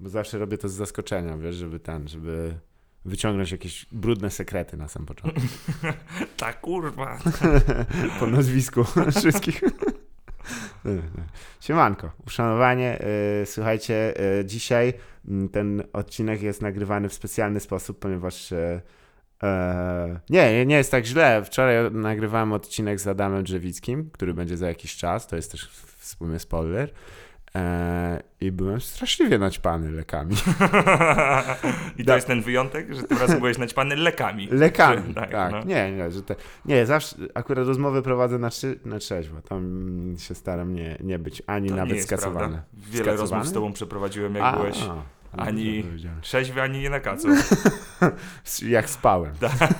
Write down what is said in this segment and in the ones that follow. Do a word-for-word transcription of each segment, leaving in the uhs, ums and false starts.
Bo zawsze robię to z zaskoczenia, wiesz, żeby ten, żeby wyciągnąć jakieś brudne sekrety na sam początek. Ta kurwa. Po nazwisku wszystkich. Siemanko, uszanowanie. Yy, słuchajcie, yy, dzisiaj yy, ten odcinek jest nagrywany w specjalny sposób, ponieważ yy, yy, nie, nie jest tak źle. Wczoraj nagrywałem odcinek z Adamem Drzewickim, który będzie za jakiś czas, to jest też wspólny spoiler. Eee, I byłem straszliwie naćpany lekami. I to da. jest ten wyjątek, że tym razem byłeś naćpany lekami. Lekami, że, tak. tak. No. Nie, nie, że te, nie, zawsze akurat rozmowy prowadzę na, trzy, na trzeźwo. Tam się staram nie, nie być ani To nawet nie skacowany. Prawda. Wiele Skacowany? rozmów z tobą przeprowadziłem, jak a, byłeś a, ani trzeźwy, ani nie na kacu. Jak spałem.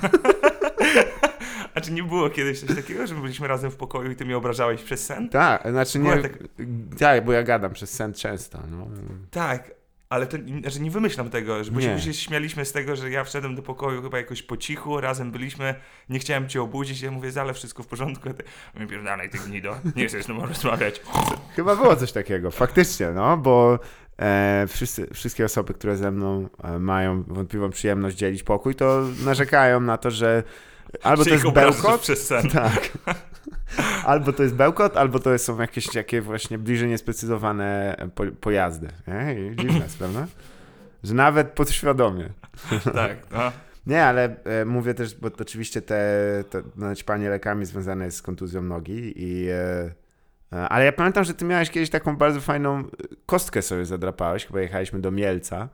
A czy nie było kiedyś coś takiego, że byliśmy razem w pokoju i ty mnie obrażałeś przez sen? Tak, znaczy nie, tak... tak, bo ja gadam przez sen często. No. Tak, ale to, że nie wymyślam tego, że bo Nie. się śmialiśmy z tego, że ja wszedłem do pokoju chyba jakoś po cichu, razem byliśmy, nie chciałem cię obudzić, ja mówię, ale wszystko w porządku, a ty mówię, dalej ty gnido, nie chcesz z tobą rozmawiać. Chyba było coś takiego, faktycznie, no, bo e, wszyscy, wszystkie osoby, które ze mną e, mają wątpliwą przyjemność dzielić pokój, to narzekają na to, że albo to jest bełkot, przez sen. tak. Albo to jest bełkot, albo to są jakieś takie właśnie bliżej niesprecyzowane po, pojazdy. Nie? I dziwne jest, prawda? Że nawet podświadomie. Tak, no. Nie, ale e, mówię też, bo to oczywiście te, te naćpanie lekami związane jest z kontuzją nogi i e, e, ale ja pamiętam, że ty miałeś kiedyś taką bardzo fajną kostkę sobie zadrapałeś, chyba jechaliśmy do Mielca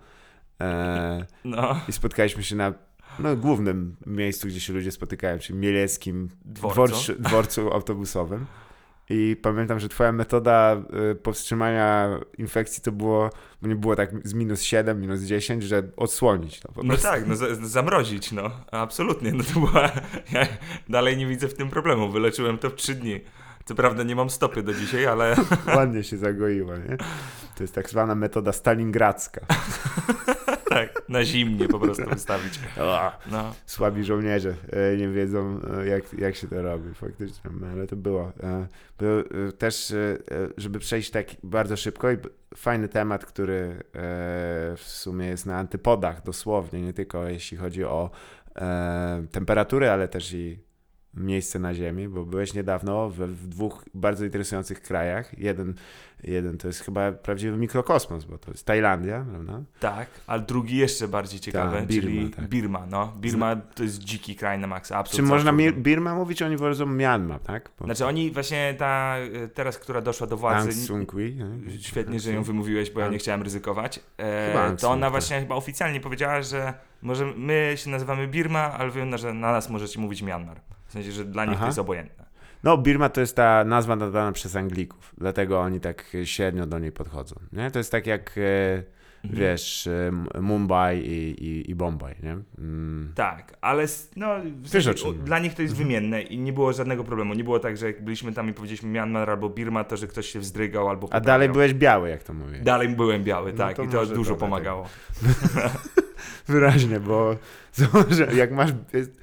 e, no. i spotkaliśmy się na no, głównym miejscu, gdzie się ludzie spotykają, czyli mieleckim dworcu, dworcu, dworcu autobusowym. I pamiętam, że twoja metoda y, powstrzymania infekcji to było, bo nie było tak z minus siedem, minus dziesięć, że odsłonić to po No prostu. tak, no z- zamrozić, no. Absolutnie, no to była... Ja dalej nie widzę w tym problemu, wyleczyłem to w trzy dni. Co prawda nie mam stopy do dzisiaj, ale... Ładnie się zagoiło, nie? To jest tak zwana metoda stalingradzka. Tak, na zimnie po prostu wystawić. No. Słabi żołnierze e, nie wiedzą, e, jak, jak się to robi faktycznie, no, ale to było. E, było e, też, e, żeby przejść tak bardzo szybko i fajny temat, który e, w sumie jest na antypodach dosłownie, nie tylko jeśli chodzi o e, temperatury, ale też i miejsce na ziemi, bo byłeś niedawno w, w dwóch bardzo interesujących krajach. Jeden, jeden to jest chyba prawdziwy mikrokosmos, bo to jest Tajlandia, prawda? Tak, ale drugi jeszcze bardziej ciekawy, Ta, Birma, czyli tak. Birma, no. Birma to jest dziki kraj na maksa, Czy absolutnie. można Mi- Birma mówić? Oni wodzą Myanmar, tak? Bo Znaczy oni właśnie ta, teraz, która doszła do władzy, Aung San Suu Kyi, nie? świetnie, że ją wymówiłeś, bo ja nie chciałem ryzykować, e, Aung to ona San, właśnie chyba oficjalnie powiedziała, że może my się nazywamy Birma, ale wy, że na nas możecie mówić Myanmar. W sensie, że dla nich Aha. to jest obojętne. No, Birma to jest ta nazwa nadana przez Anglików, dlatego oni tak średnio do niej podchodzą, nie? To jest tak jak, e, Mhm. wiesz, e, Mumbai i, i, i Bombaj, nie? Mm. Tak, ale s- no, w Wiesz, sensie, o czym o, mówię. dla nich to jest Mhm. wymienne i nie było żadnego problemu. Nie było tak, że jak byliśmy tam i powiedzieliśmy Myanmar albo Birma, to że ktoś się wzdrygał albo A poprawiał. dalej byłeś biały, jak to mówię. Dalej byłem biały, No tak, to i to może dużo to pomagało. Wyraźnie, bo że jak masz...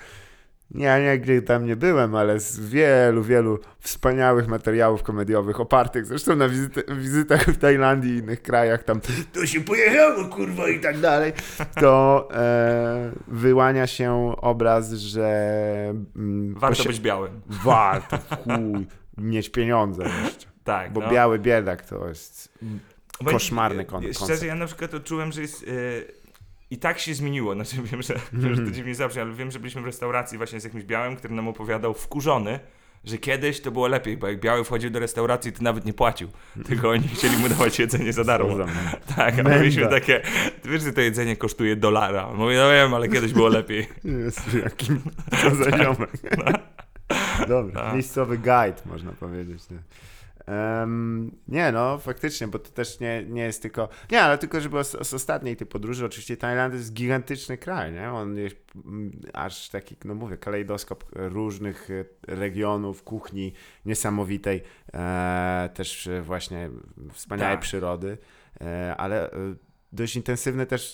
Ja nigdy tam nie byłem, ale z wielu, wielu wspaniałych materiałów komediowych opartych zresztą na wizyty, wizytach w Tajlandii i innych krajach, tam to się pojechało, kurwa, i tak dalej, to e, wyłania się obraz, że mm, Warto posi- być białym. warto, chuj, mieć pieniądze jeszcze, Tak, bo no. biały biedak to jest Bo koszmarny i- kon- Szczerze, koncept. ja na przykład odczułem, że jest... Yy, I tak się zmieniło, znaczy wiem, że, wiem, że to dziwnie zabrzmi, ale wiem, że byliśmy w restauracji właśnie z jakimś białym, który nam opowiadał wkurzony, że kiedyś to było lepiej, bo jak biały wchodził do restauracji, to nawet nie płacił, tylko oni chcieli mu dawać jedzenie za darmo. Co za mną. Tak, a Menda. mieliśmy takie, ty wiesz, że to jedzenie kosztuje dolara. Mówię, no wiem, ale kiedyś było lepiej. Jest jakim co za ziomek. Dobra, Tak. miejscowy guide, można powiedzieć. Nie? Um, nie, no, faktycznie, bo to też nie, nie jest tylko... Nie, ale tylko, żeby z, z ostatniej tej podróży, oczywiście Tajlandia jest gigantyczny kraj, nie? On jest mm, aż taki, no mówię, kalejdoskop różnych e, regionów, kuchni niesamowitej, e, też e, właśnie wspaniałej Tak. przyrody, e, ale e, dość intensywny też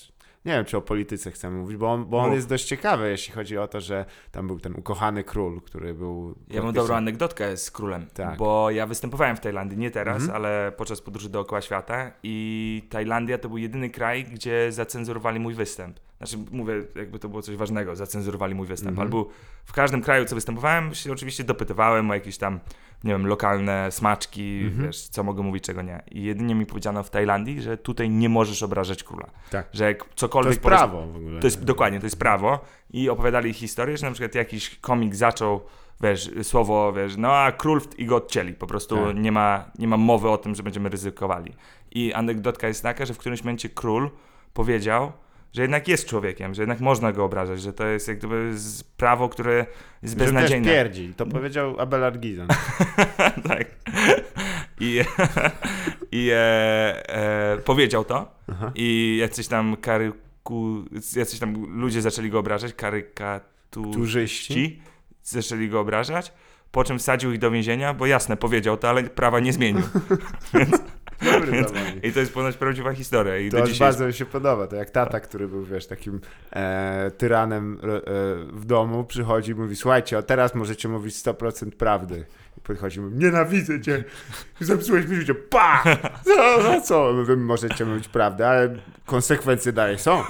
Nie wiem, czy o polityce chcemy mówić, bo on, bo on Mów. jest dość ciekawy, jeśli chodzi o to, że tam był ten ukochany król, który był... Ja mam praktycznie- dobrą anegdotkę z królem, Tak. bo ja występowałem w Tajlandii, nie teraz, Mhm. ale podczas podróży dookoła świata i Tajlandia to był jedyny kraj, gdzie zacenzurowali mój występ. Znaczy mówię, jakby to było coś ważnego, zacenzurowali mój występ. Mhm. Albo w każdym kraju, co występowałem, się oczywiście dopytywałem o jakieś tam, nie wiem, lokalne smaczki, Mhm. wiesz, co mogę mówić, czego nie. I jedynie mi powiedziano w Tajlandii, że tutaj nie możesz obrażać króla. Tak. Że jak To cokolwiek jest powiesz- prawo w ogóle. to jest dokładnie, to jest prawo. I opowiadali historię, że na przykład jakiś komik zaczął, wiesz, słowo, wiesz, no a król w- i go odcięli. Po prostu Tak. nie ma, nie ma mowy o tym, że będziemy ryzykowali. I anegdotka jest taka, że w którymś momencie król powiedział, że jednak jest człowiekiem, że jednak można go obrażać, że to jest jak gdyby z- prawo, które jest Że też beznadziejne. pierdzi. To powiedział Abelard Gizon. Tak. I, i e, e, powiedział to Aha. i jacyś tam karyku, jacyś tam ludzie zaczęli go obrażać, karykaturzyści Turzyści. zaczęli go obrażać, po czym wsadził ich do więzienia, bo jasne, powiedział to, ale prawa nie zmienił. Dobry Więc- zawodnik. I to jest ponoć prawdziwa historia. I To do aż dzisiaj bardzo mi się podoba. To jak tata, który był, wiesz, takim e, tyranem e, w domu, przychodzi i mówi, słuchajcie, a teraz możecie mówić sto procent prawdy. I podchodzi i mówi, nienawidzę cię, zepsułeś mi życie, pa! Co, no co? Wy możecie mówić prawdę, ale konsekwencje dalej są.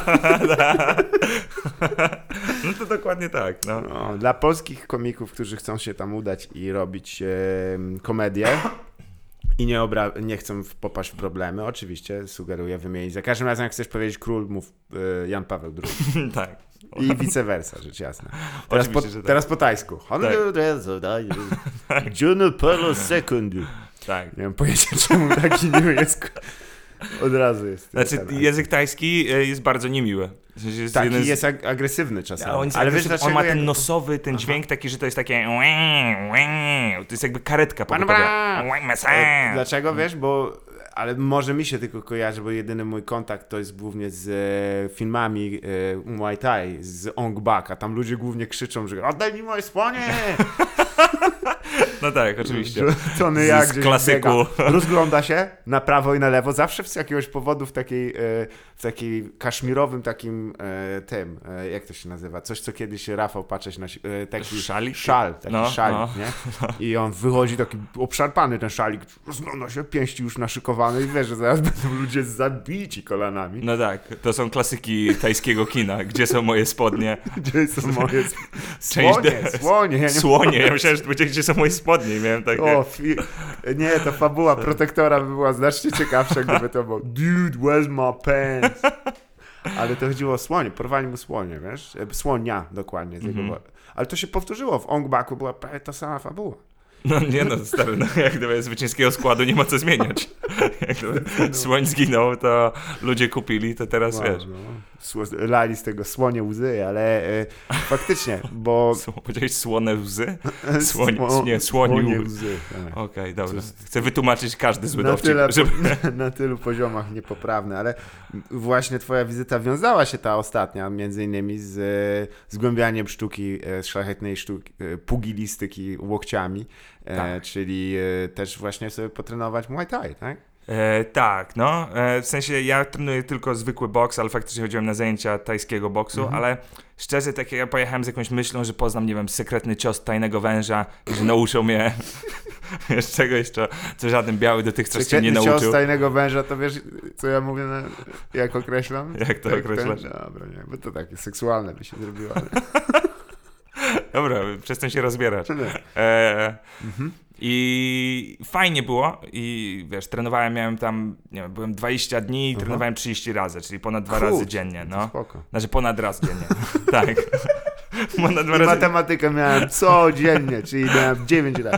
No to dokładnie tak, no. No, dla polskich komików, którzy chcą się tam udać i robić e, komedię i nie, obra- nie chcą w- popaść w problemy, oczywiście sugeruję wymienić. Za każdym razem, jak chcesz powiedzieć król, mów e, Jan Paweł drugi. Tak. I vice versa, rzecz jasna. Teraz, po, Oczywiście, że tak. teraz po tajsku. Juno Polo Sekundu. Tak. Nie mam pojęcia, czemu taki niemiecki od razu jest. Znaczy ten- język tajski e, jest bardzo niemiły. W sensie jest Taki jeden z- jest ag- agresywny czasami. Ale, on, jest Ale wiesz agresywny, dlaczego? on ma jak- ten nosowy, ten dźwięk taki, że to jest takie łe, łe. To jest jakby karetka Pan pogotowa. bra! Łe, mesa. E, Dlaczego, wiesz? Bo, ale może mi się tylko kojarzy, bo jedyny mój kontakt to jest głównie z e, filmami e, Muay Thai, z Ong Bak, a tam ludzie głównie krzyczą, że oddaj mi moje słonie! No tak, oczywiście. Tony Z- jak z gdzieś klasyku. biega, rozgląda się na prawo i na lewo, zawsze z jakiegoś powodu w takiej, e, w takiej kaszmirowym takim e, tym, e, jak to się nazywa, coś co kiedyś Rafał Paczeć nosi, e, taki Szalik? szal, taki No, szalik, no. nie? I on wychodzi taki obszarpany ten szalik, rozgląda się, pięści już naszykowane i wie, że zaraz będą ludzie zabici kolanami. No tak, to są klasyki tajskiego kina. Gdzie są moje spodnie? Gdzie są moje Część słonie, de- słonie, ja nie Słonie. Ja myślałem, że to będzie, gdzie są moje spodnie. I miałem takie... O, fi- nie, to fabuła Protektora by była znacznie ciekawsza, gdyby to było Dude, where's my pants? Ale to chodziło o słonie, porwali mu słonie, wiesz? E, Słonia, dokładnie. Z Mhm. jego... Ale to się powtórzyło, w Ong Baku była prawie ta sama fabuła. No nie no, stary, no, jak gdyby zwycięskiego składu nie ma co zmieniać. Jak gdyby słoń zginął, to ludzie kupili, to teraz Wow, wiesz. no. Sło- Lali z tego słonie łzy, ale e, faktycznie, bo... Sło- Powiedziałeś słone łzy? Słoń, Sło- nie, słoni słonie łzy. łzy. tak. Okej, dobra. Chcę wytłumaczyć każdy zły Na, dowcip, tyle, żeby... na tylu poziomach niepoprawne, ale właśnie twoja wizyta wiązała się ta ostatnia między innymi z e, zgłębianiem sztuki, e, szlachetnej sztuki, e, pugilistyki łokciami, e, Tak. czyli e, też właśnie sobie potrenować Muay Thai, tak? E, tak, no. E, w sensie ja trenuję tylko zwykły boks, ale faktycznie chodziłem na zajęcia tajskiego boksu, Mhm. ale szczerze tak ja pojechałem z jakąś myślą, że poznam, nie wiem, sekretny cios tajnego węża, że nauczył mnie wiesz, czegoś, co, co żaden biały dotychczas cię nie Sekretny nauczył. cios tajnego węża, to wiesz, co ja mówię, na, jak określam? Jak to określasz? Ten, dobra, nie, bo to takie seksualne by się zrobiło, ale... Dobra, przestań się rozbierać. Nie. E, Mhm. I fajnie było i wiesz, trenowałem, miałem tam, nie wiem, byłem dwadzieścia dni i Aha. trenowałem trzydzieści razy, czyli ponad dwa Kurczę, razy dziennie, to no. Spoko. Znaczy ponad raz dziennie, tak. Ponad dwa I razy. matematykę miałem codziennie, czyli miałem dziewięć razy.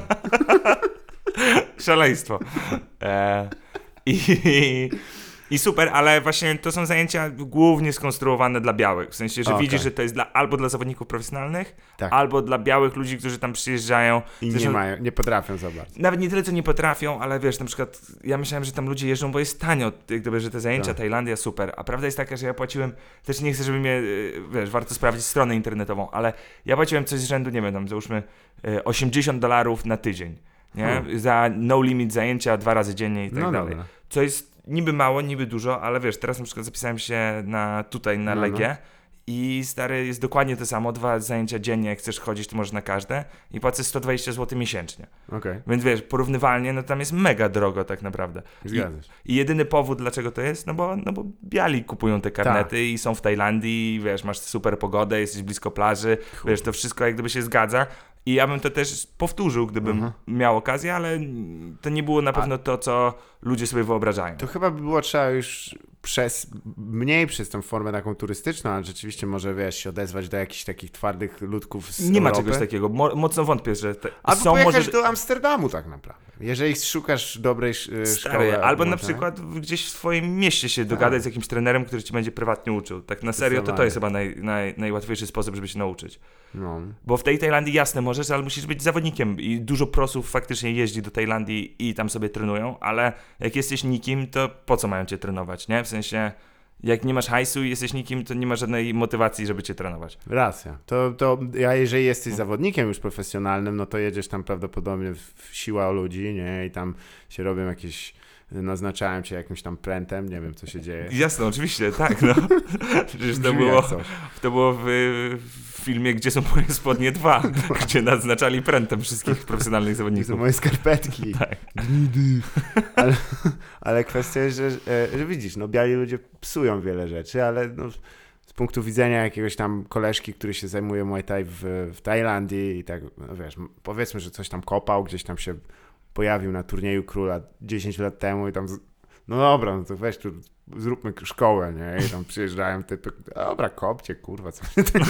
Szaleństwo. E, i, I super, ale właśnie to są zajęcia głównie skonstruowane dla białych. W sensie, że Okej. widzisz, że to jest dla, albo dla zawodników profesjonalnych, Tak. albo dla białych ludzi, którzy tam przyjeżdżają. I Zresztą nie mają, nie potrafią za bardzo. Nawet nie tyle, co nie potrafią, ale wiesz, na przykład ja myślałem, że tam ludzie jeżdżą, bo jest tanio, jak gdyby, że te zajęcia, Tak. Tajlandia, super. A prawda jest taka, że ja płaciłem, też nie chcę, żeby mnie, y, wiesz, warto sprawdzić stronę internetową, ale ja płaciłem coś z rzędu, nie wiem, tam załóżmy y, osiemdziesiąt dolarów na tydzień, nie? Hmm. Za no limit zajęcia dwa razy dziennie i tak No dalej. dobra. Co jest niby mało, niby dużo, ale wiesz, teraz na przykład zapisałem się na tutaj na No, Legię i stary, jest dokładnie to samo, dwa zajęcia dziennie, jak chcesz chodzić, to możesz na każde i płacę sto dwadzieścia złotych miesięcznie. Okej, Więc wiesz, porównywalnie, no tam jest mega drogo tak naprawdę. I, zgadza się. I jedyny powód, dlaczego to jest, no bo, no bo biali kupują te karnety Tak. i są w Tajlandii, wiesz, masz super pogodę, jesteś blisko plaży, wiesz, to wszystko jak gdyby się zgadza. I ja bym to też powtórzył, gdybym Mhm. miał okazję, ale to nie było na pewno to, co ludzie sobie wyobrażają. To chyba by było trzeba już przez, mniej przez tą formę taką turystyczną, ale rzeczywiście może, wiesz, się odezwać do jakichś takich twardych ludków z Nie ma Europy. czegoś takiego. Mo- mocno wątpię, że te, Albo są pojechać może... do Amsterdamu tak naprawdę. Jeżeli szukasz dobrej sz- Stary, szkoły. albo na może. przykład w- gdzieś w swoim mieście się dogadać z jakimś trenerem, który ci będzie prywatnie uczył. Tak na serio, to to jest chyba naj, naj, najłatwiejszy sposób, żeby się nauczyć. No. Bo w tej Tajlandii jasne możesz, ale musisz być zawodnikiem i dużo prosów faktycznie jeździ do Tajlandii i tam sobie trenują, ale jak jesteś nikim, to po co mają cię trenować, nie? W sensie, jak nie masz hajsu i jesteś nikim, to nie ma żadnej motywacji, żeby cię trenować. Racja. To, to ja jeżeli jesteś zawodnikiem już profesjonalnym, no to jedziesz tam prawdopodobnie w, w siła ludzi, nie? I tam się robią jakieś, naznaczają cię jakimś tam prętem, nie wiem co się dzieje. Jasne, oczywiście, tak, no. Przecież to Brzmi było, jak coś. to było w, w filmie Gdzie są moje spodnie dwa, gdzie naznaczali prętem wszystkich profesjonalnych To zawodników. moje skarpetki. Tak. Gnidy. Ale, ale kwestia jest, że, że widzisz, no biali ludzie psują wiele rzeczy, ale no, z punktu widzenia jakiegoś tam koleżki, który się zajmuje Muay Thai w, w Tajlandii i tak, no wiesz, powiedzmy, że coś tam kopał, gdzieś tam się pojawił na turnieju króla dziesięć lat temu i tam, z- no dobra, no to weź tu, zróbmy szkołę, nie? I tam przyjeżdżają typy, dobra, kopcie, kurwa, co mnie to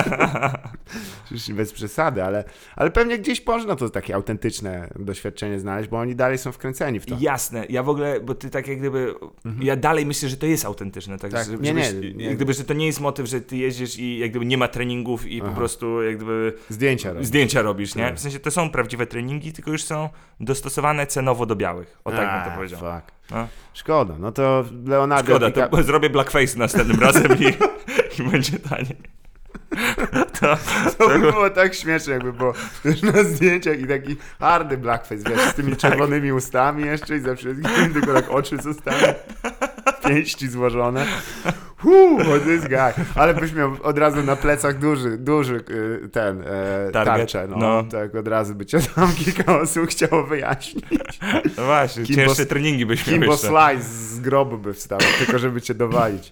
Oczywiście bez przesady, ale, ale pewnie gdzieś można to takie autentyczne doświadczenie znaleźć, bo oni dalej są wkręceni w to. Jasne, ja w ogóle, bo ty tak jak gdyby, ja dalej myślę, że to jest autentyczne, tak, Tak, że, nie, nie, żebyś- nie. jak gdyby, że to nie jest motyw, że ty jeździsz i jak gdyby nie ma treningów i Aha. po prostu jak gdyby Zdjęcia robią. zdjęcia robisz, nie? Tak. W sensie to są prawdziwe treningi, tylko już są dostosowane cenowo do białych, o tak bym to powiedział. Fuck. No. Szkoda, no to Leonardo Szkoda, DiCaprio- to zrobię blackface następnym razem i, i będzie taniej. To, To by było tak śmieszne, jakby było wiesz, na zdjęciach i taki hardy blackface, wiesz, z tymi czerwonymi ustami jeszcze i ze wszystkim, tylko tak oczy zostały, pięści złożone. Huu, this guy. Ale byś miał od razu na plecach duży, duży y, ten e, Target, tarczę, no. no. Tak od razu by cię tam kilka osób chciało wyjaśnić. no właśnie, Kimbo- cięższe treningi byś miał Kimbo jeszcze. Slice z grobu by wstał, tylko żeby cię dowalić.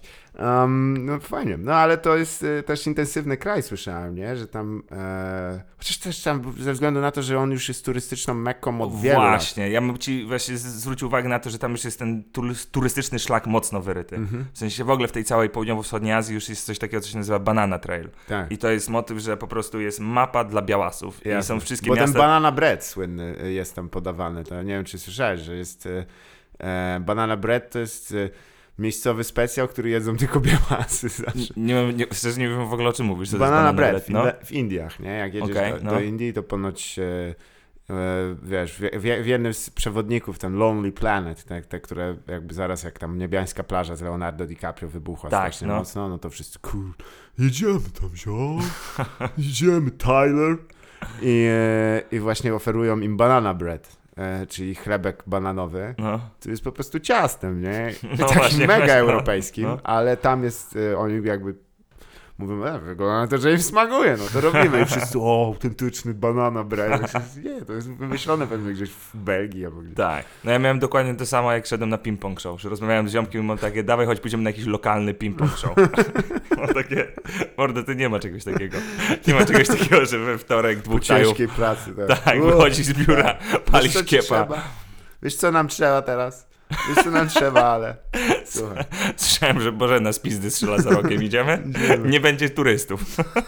Um, no fajnie, no ale to jest y, też intensywny kraj, słyszałem, nie? Że tam, e, chociaż też tam ze względu na to, że on już jest turystyczną mekką od wielu lat. Właśnie, ja bym ci właśnie z- zwrócił uwagę na to, że tam już jest ten tur- turystyczny szlak mocno wyryty. Mhm. W sensie w ogóle w tej całej południowo-wschodniej Azji już jest coś takiego, co się nazywa Banana Trail. Tak. I to jest motyw, że po prostu jest mapa dla białasów. I Jasne. są wszystkie Bo miasta... ten banana bread słynny y, jest tam podawany, to nie wiem, czy słyszałeś, że jest y, e, banana bread to jest y, miejscowy specjał, który jedzą tylko białasy zawsze. Nie, wiem, nie, szczerze nie wiem w ogóle o czym mówisz. Co to Banana jest bread w, no? Inda- w Indiach, nie? Jak jedziesz Okej, do, no. do Indii, to ponoć e, e, wiesz, w, w, w jednym z przewodników, ten Lonely Planet, te, te, które jakby zaraz jak tam Niebiańska plaża z Leonardo DiCaprio wybuchła Tak, strasznie no. mocno, no to wszyscy kur, jedziemy tam, ziom, jedziemy, Tyler. I, e, I właśnie oferują im banana bread, e, czyli chlebek bananowy. No. To jest po prostu ciastem, nie? No Takim właśnie, mega właśnie, no. europejskim, No. ale tam jest, e, oni jakby mówią, e, wygląda na to, że im smakuje, no to robimy. I wszyscy, o, autentyczny banana bread. Ja się, nie, to jest wymyślone pewnie gdzieś w Belgii albo gdzieś. Tak. No ja miałem dokładnie to samo, jak szedłem na ping-pong show. Że rozmawiałem z ziomkiem i mam takie, dawaj, chodź pójdziemy na jakiś lokalny ping-pong show. Mam takie, mordo, ty nie ma czegoś takiego. Nie ma czegoś takiego, że we wtorek Po dwóch tajów, ciężkiej pracy. Tak, tak, U, wychodzisz z biura, Wiesz, palisz co ci kiepa. trzeba? Wiesz, co nam trzeba teraz? Wiesz, co nam trzeba, ale... Słuchaj. Słyszałem, że Bożena z pizdy strzela za rokiem. Idziemy? Idziemy. Nie będzie turystów.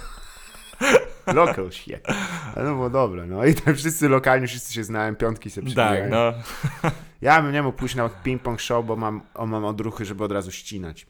Local shit. Ale no było dobre, no. I tam wszyscy lokalni, wszyscy się znają, piątki sobie przybijają. Tak, no. Ja bym nie mógł pójść na ping-pong show, bo mam, o, mam odruchy, żeby od razu ścinać.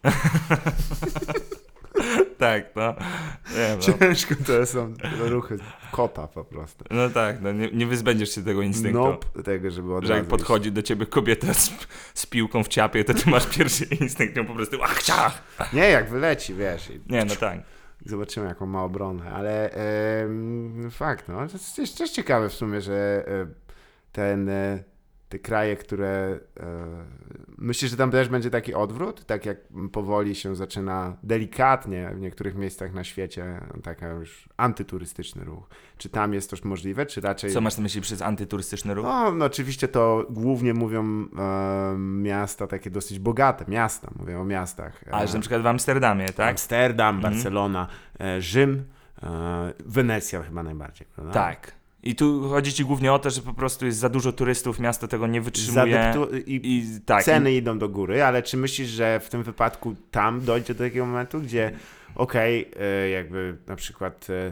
Tak, no. Nie, no. Ciężko to są ruchy kota po prostu. No tak, no nie, nie wyzbędziesz się tego instynktu. Nope, tego, żeby od Że jak razu podchodzi do ciebie kobieta z, z piłką w ciapie, to ty masz pierwszy instynkt, ją po prostu ach, ciach. iść. Nie, jak wyleci, wiesz. I Nie, no tak. zobaczymy, jaką ma obronę. Ale em, fakt, no. To jest też ciekawe w sumie, że e, ten... E, te kraje, które... E, myślisz, że tam też będzie taki odwrót? Tak jak powoli się zaczyna delikatnie w niektórych miejscach na świecie taka już antyturystyczny ruch. Czy tam jest to możliwe, czy raczej... Co masz na myśli przez antyturystyczny ruch? No, no oczywiście to głównie mówią e, miasta takie dosyć bogate, miasta, mówię o miastach. E, Ale że na przykład w Amsterdamie, tak? Amsterdam, Mhm. Barcelona, e, Rzym, e, Wenecja chyba najbardziej, prawda? Tak. I tu chodzi ci głównie o to, że po prostu jest za dużo turystów, miasto tego nie wytrzymuje. Zadeptu- i, I tak. ceny I, idą do góry, ale czy myślisz, że w tym wypadku tam dojdzie do takiego momentu, gdzie okej, okay, jakby na przykład e,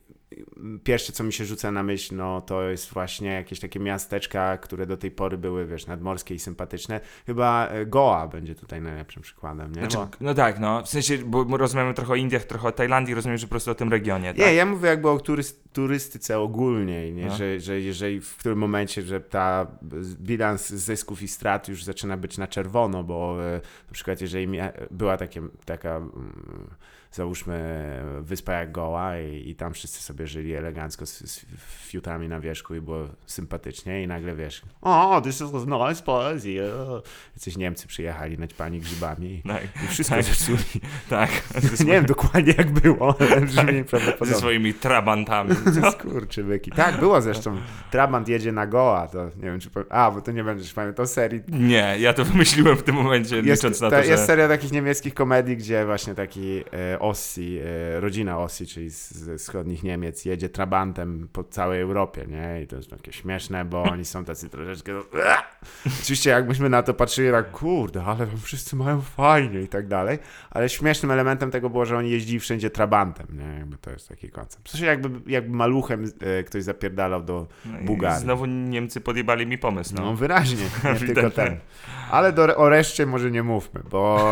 pierwsze, co mi się rzuca na myśl, no to jest właśnie jakieś takie miasteczka, które do tej pory były, wiesz, nadmorskie i sympatyczne. Chyba Goa będzie tutaj najlepszym przykładem, nie? znaczy, Bo... no tak, no. W sensie, bo rozmawiamy trochę o Indiach, trochę o Tajlandii, rozumiem, że po prostu o tym regionie, tak? Nie, ja mówię jakby o turyst, turystyce ogólnie, nie? No. Że, że jeżeli w którym momencie, że ta bilans zysków i strat już zaczyna być na czerwono, bo e, na przykład jeżeli mia- była takie, taka mm, załóżmy wyspa jak Goa i, i tam wszyscy sobie żyli elegancko z, z fiutami na wierzchu i było sympatycznie i nagle wiesz, o, this is a nice place, yeah. Jacyś Niemcy przyjechali naćpani grzybami Tak. i wszystko Tak. zepsuli. Tak. Nie wiem dokładnie jak było, ale brzmi Ze prawdopodobnie. swoimi trabantami. Skurczybyki. Tak, było zresztą. Trabant jedzie na Goa, to nie wiem czy... Powiem... A, bo to nie będziesz pamiętał serii. Nie, ja to wymyśliłem w tym momencie, Jest, licząc na ta, to, jest że... seria takich niemieckich komedii, gdzie właśnie taki e, Ossi, e, rodzina Ossi, czyli z, ze wschodnich Niemiec, jedzie Trabantem po całej Europie, nie? I to jest takie śmieszne, bo oni są tacy troszeczkę... Oczywiście jakbyśmy na to patrzyli, tak kurde, ale tam wszyscy mają fajnie i tak dalej, ale śmiesznym elementem tego było, że oni jeździli wszędzie Trabantem, nie? Jakby to jest taki koncept. W sensie jakby, jakby maluchem e, ktoś zapierdalał do No i Bułgarii. znowu Niemcy podjebali mi pomysł, no. No wyraźnie, nie tylko Ewidentnie. ten. Ale do, o reszcie może nie mówmy, bo,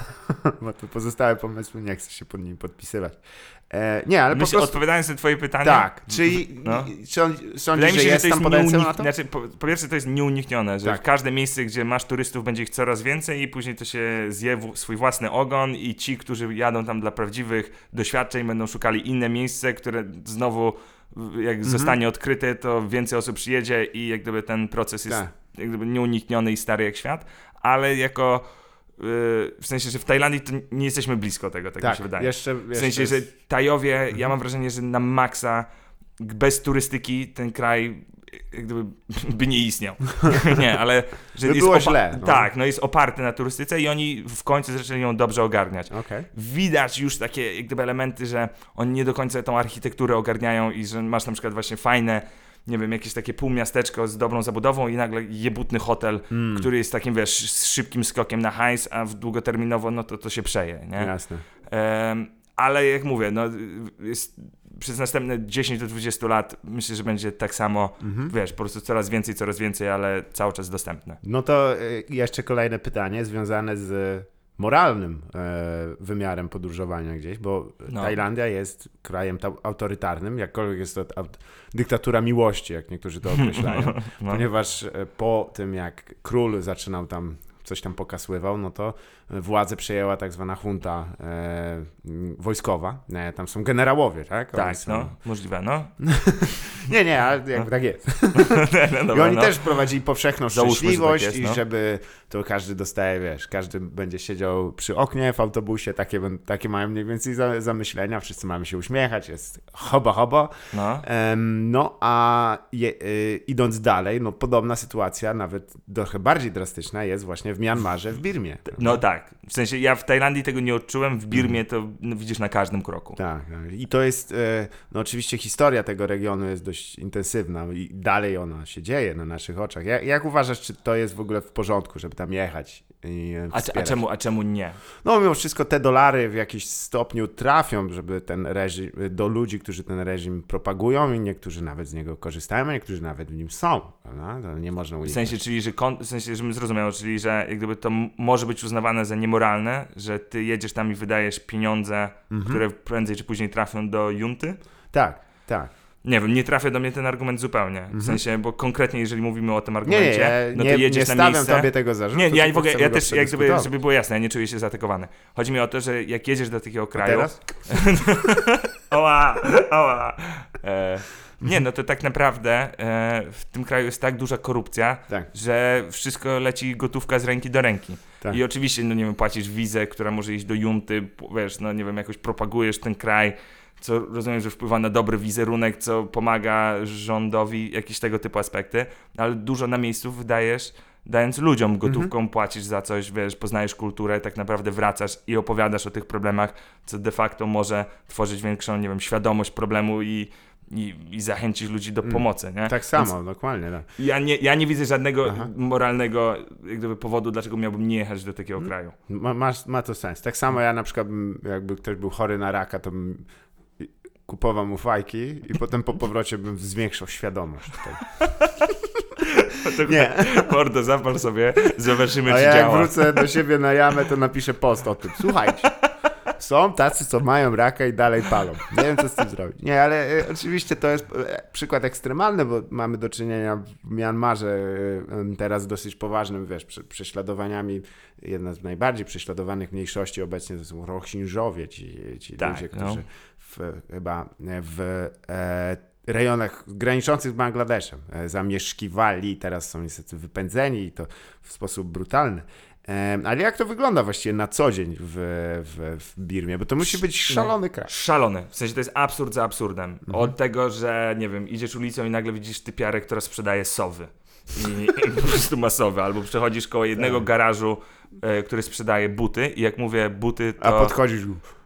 bo te pozostałe pomysły nie chcę się pod nimi podpisywać. E, nie, ale Myślę, po prostu... odpowiadając na twoje pytanie... Tak, czyli No. czy on, Wydaje sądzisz, mi że się, jest że to tam jest potencjał nieunik... na to? Znaczy, po, po pierwsze to jest nieuniknione, że Tak. w każde miejsce, gdzie masz turystów, będzie ich coraz więcej i później to się zje w swój własny ogon i ci, którzy jadą tam dla prawdziwych doświadczeń, będą szukali inne miejsce, które znowu jak Mhm. zostanie odkryte, to więcej osób przyjedzie i jak gdyby ten proces jest Tak. jak gdyby nieunikniony i stary jak świat, ale jako yy, w sensie, że w Tajlandii to nie jesteśmy blisko tego, tak, mi się wydaje. jeszcze, W jeszcze sensie, że jest- Tajowie, Mhm. ja mam wrażenie, że na maksa bez turystyki ten kraj jak gdyby by nie istniał. Nie, ale że By jest było opa- źle, no. Tak, no jest oparty na turystyce i oni w końcu zaczęli ją dobrze ogarniać. Okej. Widać już takie jak gdyby elementy, że oni nie do końca tą architekturę ogarniają i że masz na przykład właśnie fajne, nie wiem, jakieś takie półmiasteczko z dobrą zabudową i nagle jebutny hotel, Mm, który jest takim, wiesz, z szybkim skokiem na hajs, a w długoterminowo, no to to się przeje, nie? jasne. Em, ale jak mówię, no jest, przez następne dziesięć do dwudziestu lat myślę, że będzie tak samo, Mhm. wiesz, po prostu coraz więcej, coraz więcej, ale cały czas dostępne. No to y, jeszcze kolejne pytanie związane z moralnym e, wymiarem podróżowania gdzieś, bo No. Tajlandia jest krajem ta- autorytarnym, jakkolwiek jest to aut- dyktatura miłości, jak niektórzy to określają, No. ponieważ e, po tym jak król zaczynał tam coś tam pokasływał, no to władzę przejęła tak zwana junta e, m, wojskowa. E, tam są generałowie, tak? Oni Tak, są... no, możliwe, no. Nie, nie, ale jakby tak jest. no I dobra, oni no. też prowadzili powszechną Załóżmy, że szczęśliwość tak jest, i no. żeby to każdy dostaje, wiesz, każdy będzie siedział przy oknie w autobusie, takie, ben- takie mają mniej więcej za, zamyślenia, wszyscy mamy się uśmiechać, jest hoba hoba. No. Em, no a je, y, idąc dalej, no podobna sytuacja, nawet trochę bardziej drastyczna jest właśnie w Mianmarze, w Birmie. No tak, w sensie ja w Tajlandii tego nie odczułem, w Birmie to no, widzisz na każdym kroku. Tak, tak. I to jest, e, no oczywiście historia tego regionu jest dość intensywna i dalej ona się dzieje na naszych oczach. Jak, jak uważasz, czy to jest w ogóle w porządku, żeby tam jechać i e, A, a, wspierać? czemu, a czemu nie? No mimo wszystko te dolary w jakiś stopniu trafią, żeby ten reżim, do ludzi, którzy ten reżim propagują i niektórzy nawet z niego korzystają, a niektórzy nawet w nim są, prawda? To nie można W uniknąć. sensie, czyli, że kon- w sensie, żebym zrozumiał, czyli, że jak gdyby to m- może być uznawane za niemoralne, że ty jedziesz tam i wydajesz pieniądze, Mhm. które prędzej czy później trafią do junty? Tak, tak. Nie wiem, nie trafia do mnie ten argument zupełnie. W sensie, bo konkretnie jeżeli mówimy o tym Mhm. Nie, argumencie, nie, ja no to nie, jedziesz nie na stawiam miejsce... tobie tego zarzutu. Nie, ja tylko w ogóle, chcę ja go też, jak gdyby, przedyskutować. żeby było jasne, ja nie czuję się zaatakowany. Chodzi mi o to, że jak jedziesz do takiego A kraju... teraz? Oła, oła. E, Nie, no to tak naprawdę e, w tym kraju jest tak duża korupcja, Tak. że wszystko leci gotówka z ręki do ręki. Tak. I oczywiście, no nie wiem, płacisz wizę, która może iść do junty, wiesz, no nie wiem, jakoś propagujesz ten kraj, co rozumiem, że wpływa na dobry wizerunek, co pomaga rządowi, jakieś tego typu aspekty, ale dużo na miejscu wydajesz, dając ludziom gotówką, Mhm. płacisz za coś, wiesz, poznajesz kulturę, tak naprawdę wracasz i opowiadasz o tych problemach, co de facto może tworzyć większą, nie wiem, świadomość problemu i, i, i zachęcić ludzi do Mm. pomocy, nie? Tak samo, dokładnie. Tak. Ja nie, ja nie widzę żadnego Aha. moralnego jak gdyby, powodu, dlaczego miałbym nie jechać do takiego Mm. kraju. Ma, ma, ma to sens. Tak samo ja na przykład, bym, jakby ktoś był chory na raka, to bym kupował mu fajki i potem po powrocie bym zwiększał świadomość. Tak. Nie. Mordo, zapal sobie, zobaczymy, A czy ja jak działa. wrócę do siebie na jamę, to napiszę post o tym. Słuchajcie, są tacy, co mają raka i dalej palą. Nie wiem, co z tym zrobić. Nie, ale e, oczywiście to jest e, przykład ekstremalny, bo mamy do czynienia w Mianmarze e, teraz z dosyć poważnym, wiesz, prze, prześladowaniami. Jedna z najbardziej prześladowanych mniejszości obecnie to są Rohingyowie, ci, ci Tak, ludzie, no. którzy w, chyba w e, rejonach graniczących z Bangladeszem e, zamieszkiwali, teraz są niestety wypędzeni i to w sposób brutalny. E, ale jak to wygląda właściwie na co dzień w, w, w Birmie? Bo to musi być szalony kraj. Szalony. W sensie to jest absurd za absurdem. Mhm. Od tego, że nie wiem, idziesz ulicą i nagle widzisz typiarę, która sprzedaje sowy. I, i po prostu ma sowy. Albo przechodzisz koło jednego Tak. garażu, e, który sprzedaje buty. I jak mówię buty, to... A podchodzisz...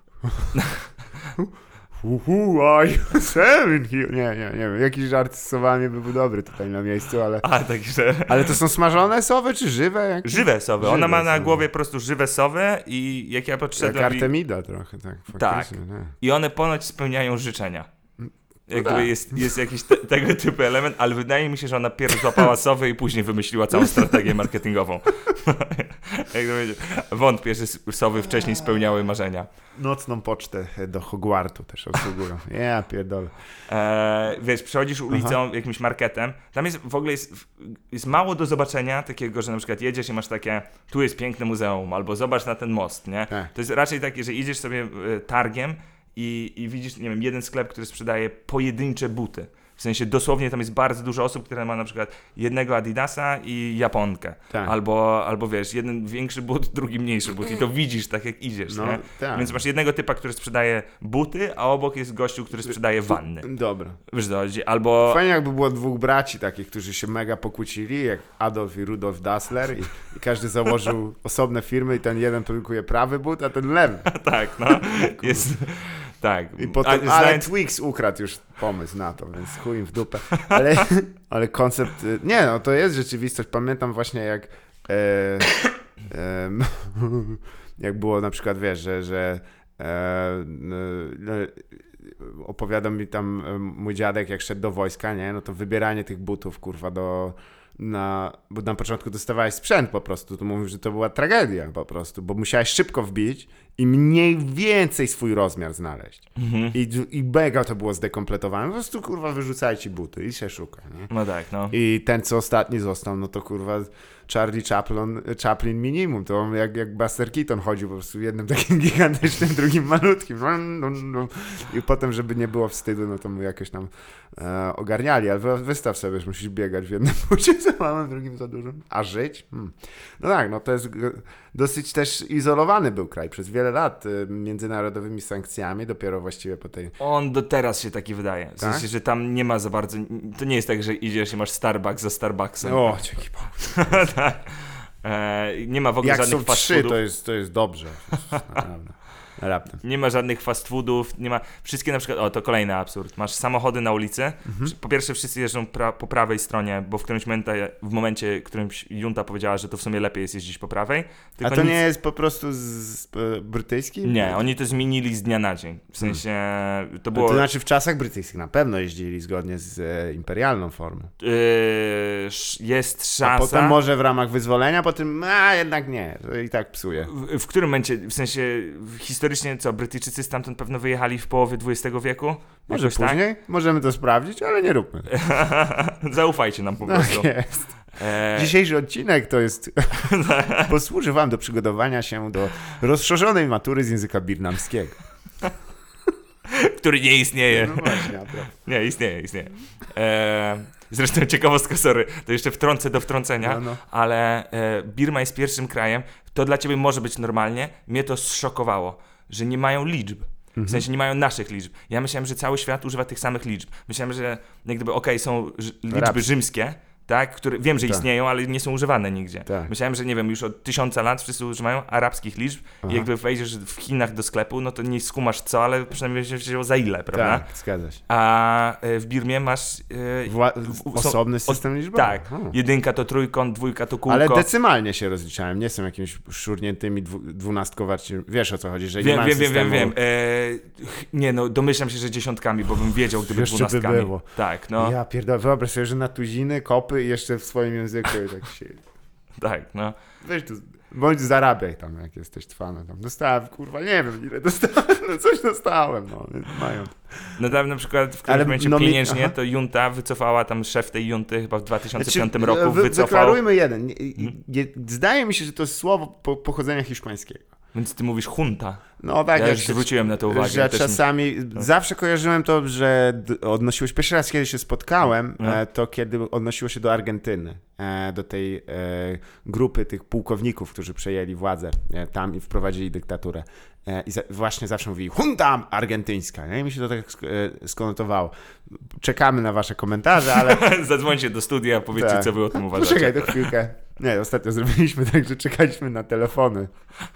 Who are you selling here? Nie, nie, nie wiem. Jakiś żart z sowami by był dobry tutaj na miejscu, ale... A, także... Ale to są smażone sowy czy żywe? Jak... Żywe sowy. Ona Żywe ma na sowy. głowie po prostu żywe sowy i jak ja Jak podszedłem... i- Artemida trochę, tak. Faktycznie, nie. I one ponoć spełniają życzenia. Jakby tak. jest, jest jakiś te, tego typu element, ale wydaje mi się, że ona pierw złapała sowę i później wymyśliła całą strategię marketingową. Jak to będzie? Wątpię, że sowy wcześniej spełniały marzenia. Nocną pocztę do Hogwartu też obsługują. Ja pierdolę. Eee, wiesz, przechodzisz ulicą, jakimś marketem, tam jest w ogóle jest, jest mało do zobaczenia takiego, że na przykład jedziesz i masz takie, tu jest piękne muzeum, albo zobacz na ten most, nie? Tak. To jest raczej takie, że idziesz sobie e, targiem i, i widzisz, nie wiem, jeden sklep, który sprzedaje pojedyncze buty. W sensie dosłownie tam jest bardzo dużo osób, które ma na przykład jednego Adidasa i Japonkę. Tak. Albo, albo wiesz, jeden większy but, drugi mniejszy but i to widzisz tak jak idziesz, No, nie? tak. Więc masz jednego typa, który sprzedaje buty, a obok jest gościu, który sprzedaje wanny. Dobra. Wiesz co chodzi? Albo... Fajnie jakby było dwóch braci takich, którzy się mega pokłócili, jak Adolf i Rudolf Dassler i, i każdy założył osobne firmy i ten jeden produkuje prawy but, a ten lewy. tak, no. Jest... Tak. I potem, A, ale znając- Twix ukradł już pomysł na to, więc chuj im w dupę. Ale, ale koncept, y, nie no, to jest rzeczywistość. Pamiętam właśnie jak e, em, jak było na przykład, wiesz, że, że e, e, opowiadał mi tam e, mój dziadek, jak szedł do wojska, nie, no to wybieranie tych butów, kurwa, do na, bo na początku dostawałeś sprzęt po prostu, to mówił, że to była tragedia po prostu, bo musiałeś szybko wbić i mniej więcej swój rozmiar znaleźć. Mhm. I, I mega to było zdekompletowane. Po prostu, kurwa, wyrzucaj ci buty i się szuka, nie? No tak, no. I ten, co ostatni został, no to kurwa Charlie Chaplin, Chaplin minimum. To on jak, jak Buster Keaton chodził po prostu jednym takim gigantycznym, drugim malutkim. I potem, żeby nie było wstydu, no to mu jakoś tam e, ogarniali. Ale wy- wystaw sobie, że musisz biegać w jednym bucie za małym, drugim za dużym. A żyć? Hmm. No tak, no to jest g- dosyć też izolowany był kraj przez wiele lat y, międzynarodowymi sankcjami, dopiero właściwie po tej... On do teraz się taki wydaje. W Tak? sensie, że tam nie ma za bardzo... To nie jest tak, że idziesz i masz Starbucks za Starbucksem. O, dzięki Bogu. tak. E, nie ma w ogóle Jak żadnych są fast trzy, foodów. to jest, to jest dobrze. Naprawdę. Raptem. Nie ma żadnych fast foodów, nie ma... Wszystkie na przykład... O, to kolejny absurd. Masz samochody na ulicy. Mhm. Po pierwsze wszyscy jeżdżą pra- po prawej stronie, bo w którymś momencie, w momencie, w którymś junta powiedziała, że to w sumie lepiej jest jeździć po prawej. A Tylko to nic... nie jest po prostu z, z e, brytyjski? Nie, oni to zmienili z dnia na dzień. W sensie... To No było... to znaczy w czasach brytyjskich na pewno jeździli zgodnie z e, imperialną formą. Yy, sz- jest A szansa... potem może w ramach wyzwolenia, potem a jednak nie, to i tak psuje. W, w którym momencie, w sensie w- historycznie co, Brytyjczycy stamtąd pewno wyjechali w połowie dwudziestego wieku? Może Jakoś tak? później? Możemy to sprawdzić, ale nie róbmy. Zaufajcie nam po prostu. Tak jest. E, Dzisiejszy odcinek to jest posłuży wam do przygotowania się do rozszerzonej matury z języka birmamskiego. który nie istnieje. No właśnie. właśnie. A propos. Nie, istnieje, istnieje. E, zresztą ciekawostka, sorry, to jeszcze wtrącę do wtrącenia, No, no. ale e, Birma jest pierwszym krajem, to dla ciebie może być normalnie, mnie to zszokowało, że nie mają liczb. W sensie nie mają naszych liczb. Ja myślałem, że cały świat używa tych samych liczb. Myślałem, że jak gdyby, okej, są ż- liczby Arabskie. rzymskie, tak, które wiem, że Tak. istnieją, ale nie są używane nigdzie. Tak. Myślałem, że nie wiem, już od tysiąca lat wszyscy używają arabskich liczb Aha. i jakby wejdziesz w Chinach do sklepu, no to nie skumasz co, ale przynajmniej się wzięło za ile, prawda? Tak, zgadza się. A e, w Birmie masz e, Wła- w- są- osobny system liczbowy? tak, Hmm. jedynka to trójkąt, dwójka to kółko. Ale decymalnie się rozliczałem, nie są jakimiś szurniętymi dwu, dwunastkowaci. Wiesz o co chodzi, że nie Wiem, ma wiem, wiem, wiem, systemu. wiem. E, ch- nie no, domyślam się, że dziesiątkami, bo bym wiedział, gdyby Jeszcze by dwunastkami. było. Tak, no, Ja pierdolę, wyobraź sobie, że na tuziny, kopy i jeszcze w swoim języku i tak się... tak, no. Weź tu, bądź zarabiaj tam, jak jesteś trwany. Tam dostałem, kurwa, nie wiem ile dostałem, no coś dostałem, no, więc mają. No tam na przykład w którymś Ale momencie no mi- pieniężnie aha. to junta wycofała, tam szef tej junty chyba w dwa tysiące piątym Znaczy, roku wy- wycofał. Wyklarujmy jeden. Nie, Mhm. nie, zdaje mi się, że to jest słowo po, pochodzenia hiszpańskiego. Więc ty mówisz junta. No tak, Ja jak już się- zwróciłem na to uwagę. Że też czasami, zawsze kojarzyłem to, że d- odnosiło się, pierwszy raz kiedy się spotkałem, No. e, to kiedy odnosiło się do Argentyny, e, do tej e, grupy tych pułkowników, którzy przejęli władzę e, tam i wprowadzili dyktaturę. E, I za, właśnie zawsze mówili junta argentyńska, nie? I mi się to tak sk- e, skonotowało. Czekamy na wasze komentarze, ale... Zadzwońcie do studia, powiedzcie, Tak. co wy o tym No, uważacie. poczekaj, to chwilkę. Nie, ostatnio zrobiliśmy tak, że czekaliśmy na telefony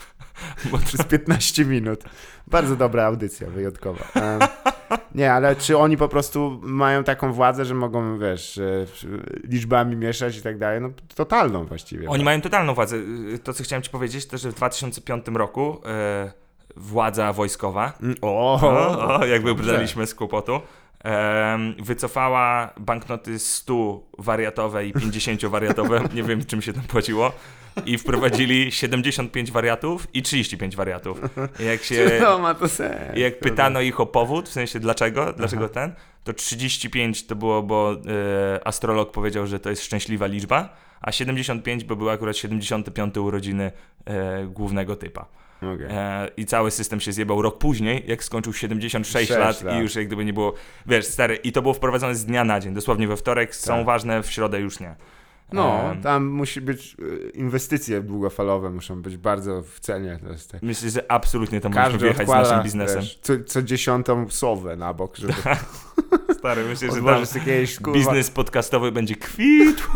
Bo przez piętnaście minut. Bardzo dobra audycja, wyjątkowa. Em, nie, ale czy oni po prostu mają taką władzę, że mogą, wiesz, e, liczbami mieszać i tak dalej? No totalną właściwie. Oni mają totalną władzę. To, co chciałem ci powiedzieć, to, że w dwa tysiące piątym roku e, władza wojskowa, Mm, O, o, o, jakby braliśmy z kłopotu, em, wycofała banknoty stu wariatowe i pięćdziesiąt wariatowe, nie wiem czym się tam płaciło, i wprowadzili siedemdziesiąt pięć wariatów i trzydzieści pięć wariatów. I jak się... no ma to sens. I jak pytano ich o powód, w sensie dlaczego, dlaczego ten, to trzydzieści pięć to było, bo e, astrolog powiedział, że to jest szczęśliwa liczba, a siedemdziesiąt pięć, bo były akurat siedemdziesiąte piąte urodziny e, głównego typa. Okay. E, I cały system się zjebał rok później, jak skończył siedemdziesiąt sześć Sześć lat, lat. i już jak gdyby nie było, wiesz, stary, i to było wprowadzone z dnia na dzień, dosłownie we wtorek są Tak. ważne, w środę już nie. No, Em, tam musi być, e, inwestycje długofalowe muszą być bardzo w cenie. To jest tak. Myślę, że absolutnie to możemy Każdy wjechać z odkłada, naszym biznesem. wiesz, co, co dziesiątą sowę na bok, żeby Stary, myślę, że tam odłożyć jakieś, kurwa, biznes podcastowy będzie kwitł.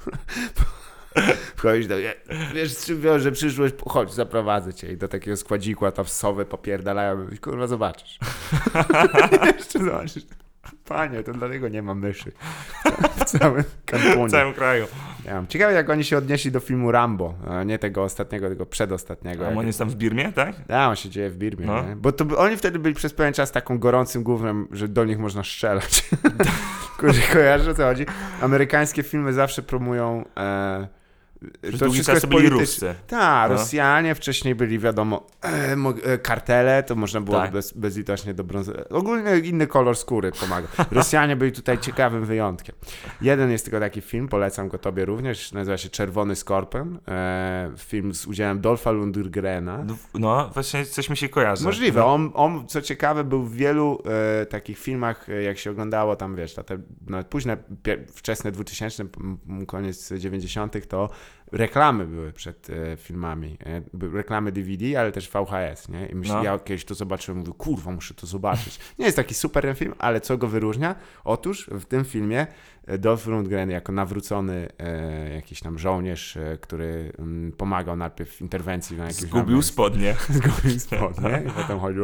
wchodzić do mnie, wiesz, z czym wiąże przyszłość, chodź, zaprowadzę cię i do takiego składziku, a tam sowy popierdalają, i kurwa, zobaczysz. Jeszcze zobaczysz. Panie, to dlatego nie ma myszy w całym W kantonie. całym kraju. Ja wiem. Ciekawe, jak oni się odnieśli do filmu Rambo, a nie tego ostatniego, tylko przedostatniego. A jak- on jest tam w Birmie, tak? A, on się dzieje w Birmie, No. nie? Bo to, by- oni wtedy byli przez pewien czas taką gorącym gównem, że do nich można strzelać. Kurczę, kojarzysz, o co chodzi? Amerykańskie filmy zawsze promują... E, Przez to długi wszystko czas jest byli polityczne. Ruscy. Tak, No. Rosjanie, wcześniej byli, wiadomo, e, mo- e, kartele, to można było Tak. bez, bezlitośnie do brązu. Ogólnie inny kolor skóry pomaga. Rosjanie byli tutaj ciekawym wyjątkiem. Jeden jest tylko taki film, polecam go tobie również, nazywa się Czerwony Skorpion. E, film z udziałem Dolpha Lundgrena. No, no, właśnie coś mi się kojarzy. Możliwe. No. On, on, co ciekawe, był w wielu e, takich filmach, e, jak się oglądało tam, wiesz, te no, późne, pie, wczesne dwutysięczne, m, m, koniec dziewięćdziesiątych, to reklamy były przed e, filmami. E, były reklamy D V D, ale też V H S, nie? I myślę, No. ja kiedyś to zobaczyłem, mówię, kurwa, muszę to zobaczyć. Nie jest taki super ten film, ale co go wyróżnia? Otóż w tym filmie e, Dolph Lundgren jako nawrócony e, jakiś tam żołnierz, e, który m, pomagał najpierw w interwencji na jakimś Zgubił tam- spodnie. Zgubił spodnie i potem chodziło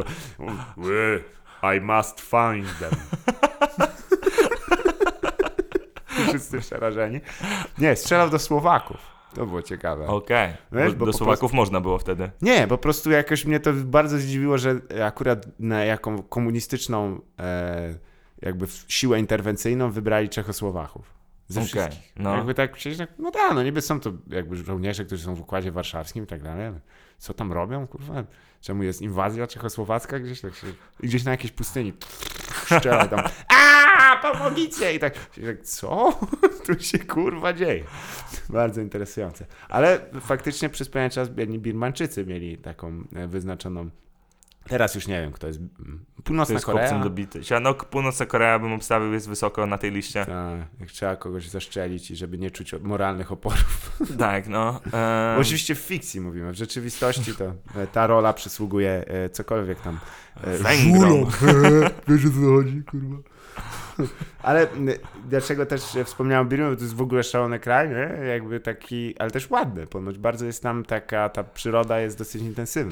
I must find them. Wszyscy przerażeni. Nie, strzelał do Słowaków. To było ciekawe. Okej. Wiesz, Bo bo do po Słowaków można było wtedy. Nie, po prostu jakoś mnie to bardzo zdziwiło, że akurat na jaką komunistyczną e, jakby siłę interwencyjną wybrali Czechosłowachów. Ze Okej, wszystkich. no. Jakby tak przecież, tak, no tak, no niby są to jakby żołnierze, którzy są w Układzie Warszawskim i tak dalej, ale co tam robią, kurwa? Czemu jest inwazja czechosłowacka gdzieś tak się, i gdzieś na jakiejś pustyni szczela tam, a pomogijcie! I tak, i tak, co? Tu się kurwa dzieje. Bardzo interesujące. Ale faktycznie przez pewien czas biedni Birmańczycy mieli taką e, wyznaczoną Teraz już nie wiem, kto jest. Północna To jest Korea. chłopcem dobity. No, Północna Korea bym obstawił, jest wysoko na tej liście. Tak, jak trzeba kogoś zaszczelić i żeby nie czuć moralnych oporów. Tak, no. Bo Um, oczywiście w fikcji mówimy, w rzeczywistości to e, ta rola przysługuje e, cokolwiek tam. E, Węgrom. żulom. Wiesz o co chodzi, kurwa. Ale m, dlaczego też e, wspomniałem o Birmie, bo to jest w ogóle szalony kraj, nie? Jakby taki, ale też ładny, ponoć bardzo jest tam taka, ta przyroda jest dosyć intensywna.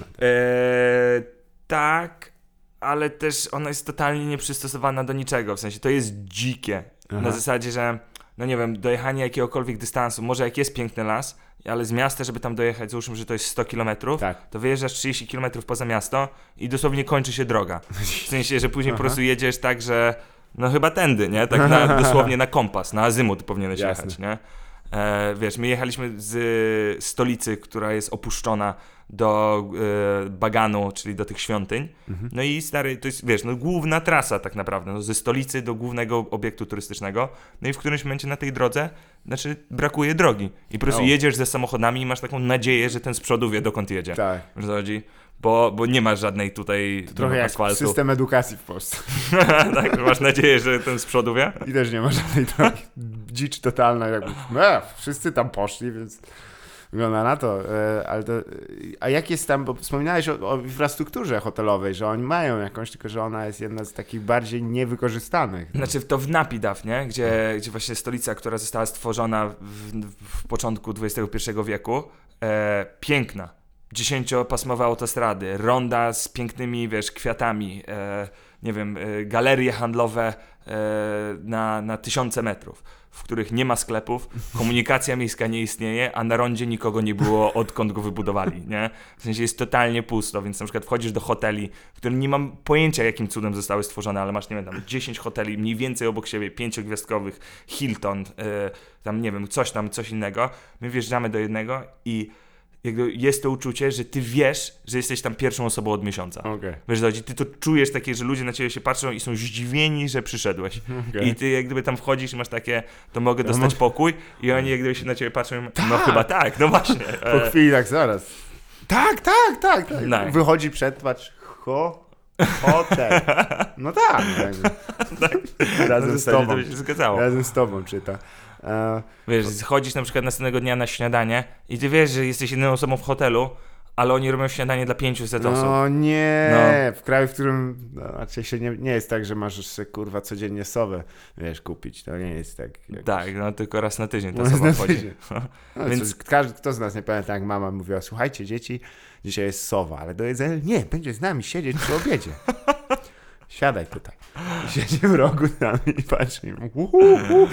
Eee, tak, ale też ona jest totalnie nieprzystosowana do niczego, w sensie to jest dzikie, Aha. na zasadzie, że no nie wiem, dojechanie jakiegokolwiek dystansu, może jak jest piękny las, ale z miasta, żeby tam dojechać, załóżmy, że to jest sto kilometrów, Tak. to wyjeżdżasz trzydzieści kilometrów poza miasto i dosłownie kończy się droga. W sensie, że później Aha. po prostu jedziesz tak, że no chyba tędy, nie? Tak na, dosłownie na kompas, na azymut powinieneś Jasne. jechać, nie? E, wiesz, my jechaliśmy z stolicy, która jest opuszczona do e, Baganu, czyli do tych świątyń. Mhm. No i stary, to jest, wiesz, no główna trasa tak naprawdę, no, ze stolicy do głównego obiektu turystycznego. No i w którymś momencie na tej drodze, znaczy brakuje drogi. I po prostu O. jedziesz ze samochodami i masz taką nadzieję, że ten z przodu wie, dokąd jedzie. Tak. Wiesz, o co chodzi? Bo, bo nie ma żadnej tutaj Trochę no, jak asfaltu. system edukacji w Polsce. Tak, masz nadzieję, że ten z przodu wie? I też nie ma żadnej drogi. Dzicz totalna, jakby. E, wszyscy tam poszli, więc wygląda na to. E, ale to. A jak jest tam, bo wspominałeś o, o infrastrukturze hotelowej, że oni mają jakąś, tylko że ona jest jedna z takich bardziej niewykorzystanych. Znaczy to w Napidaw, nie? Gdzie, gdzie właśnie stolica, która została stworzona w, w początku dwudziestego pierwszego wieku, e, piękna. Dziesięciopasmowe autostrady, ronda z pięknymi, wiesz, kwiatami, e, nie wiem, e, galerie handlowe e, na, na tysiące metrów, w których nie ma sklepów, komunikacja miejska nie istnieje, a na rondzie nikogo nie było, odkąd go wybudowali, nie? W sensie jest totalnie pusto, więc na przykład wchodzisz do hoteli, które nie mam pojęcia, jakim cudem zostały stworzone, ale masz, nie wiem, tam dziesięć hoteli mniej więcej obok siebie, pięciogwiazdkowych, Hilton, e, tam, nie wiem, coś tam, coś innego. My wjeżdżamy do jednego i jakby jest to uczucie, że ty wiesz, że jesteś tam pierwszą osobą od miesiąca. Okay. Wiesz, chodzi, ty to czujesz takie, że ludzie na ciebie się patrzą i są zdziwieni, że przyszedłeś. Okay. I ty jak gdyby tam wchodzisz i masz takie, to mogę To dostać mo- pokój i oni jak gdyby się na ciebie patrzą i mówią, no Tak. chyba tak, no właśnie. Po E, chwili tak zaraz. Tak, tak, tak. tak. Tak. Wychodzi przed, patrz, ho, hotel. No tak. jakby. tak. Razem W z zasadzie tobą. to by się zgadzało. Razem z tobą czyta. E, Wiesz, chodzisz na przykład następnego dnia na śniadanie i ty wiesz, że jesteś jedyną osobą w hotelu, ale oni robią śniadanie dla pięciuset osób. No nie, No. w kraju, w którym no, znaczy się nie, nie jest tak, że możesz sobie kurwa codziennie sowę, wiesz, kupić. To nie jest tak. Jak... Tak, no tylko raz na tydzień ta Raz osoba na wchodzi. tydzień. No, Więc- Więc... każdy, kto z nas nie pamięta, jak mama mówiła, słuchajcie dzieci, dzisiaj jest sowa, ale do jedzenia nie, będzie z nami siedzieć przy obiedzie. Siadaj tutaj. I siedzi w rogu z nami i patrzy i mówi, uhu, uhu.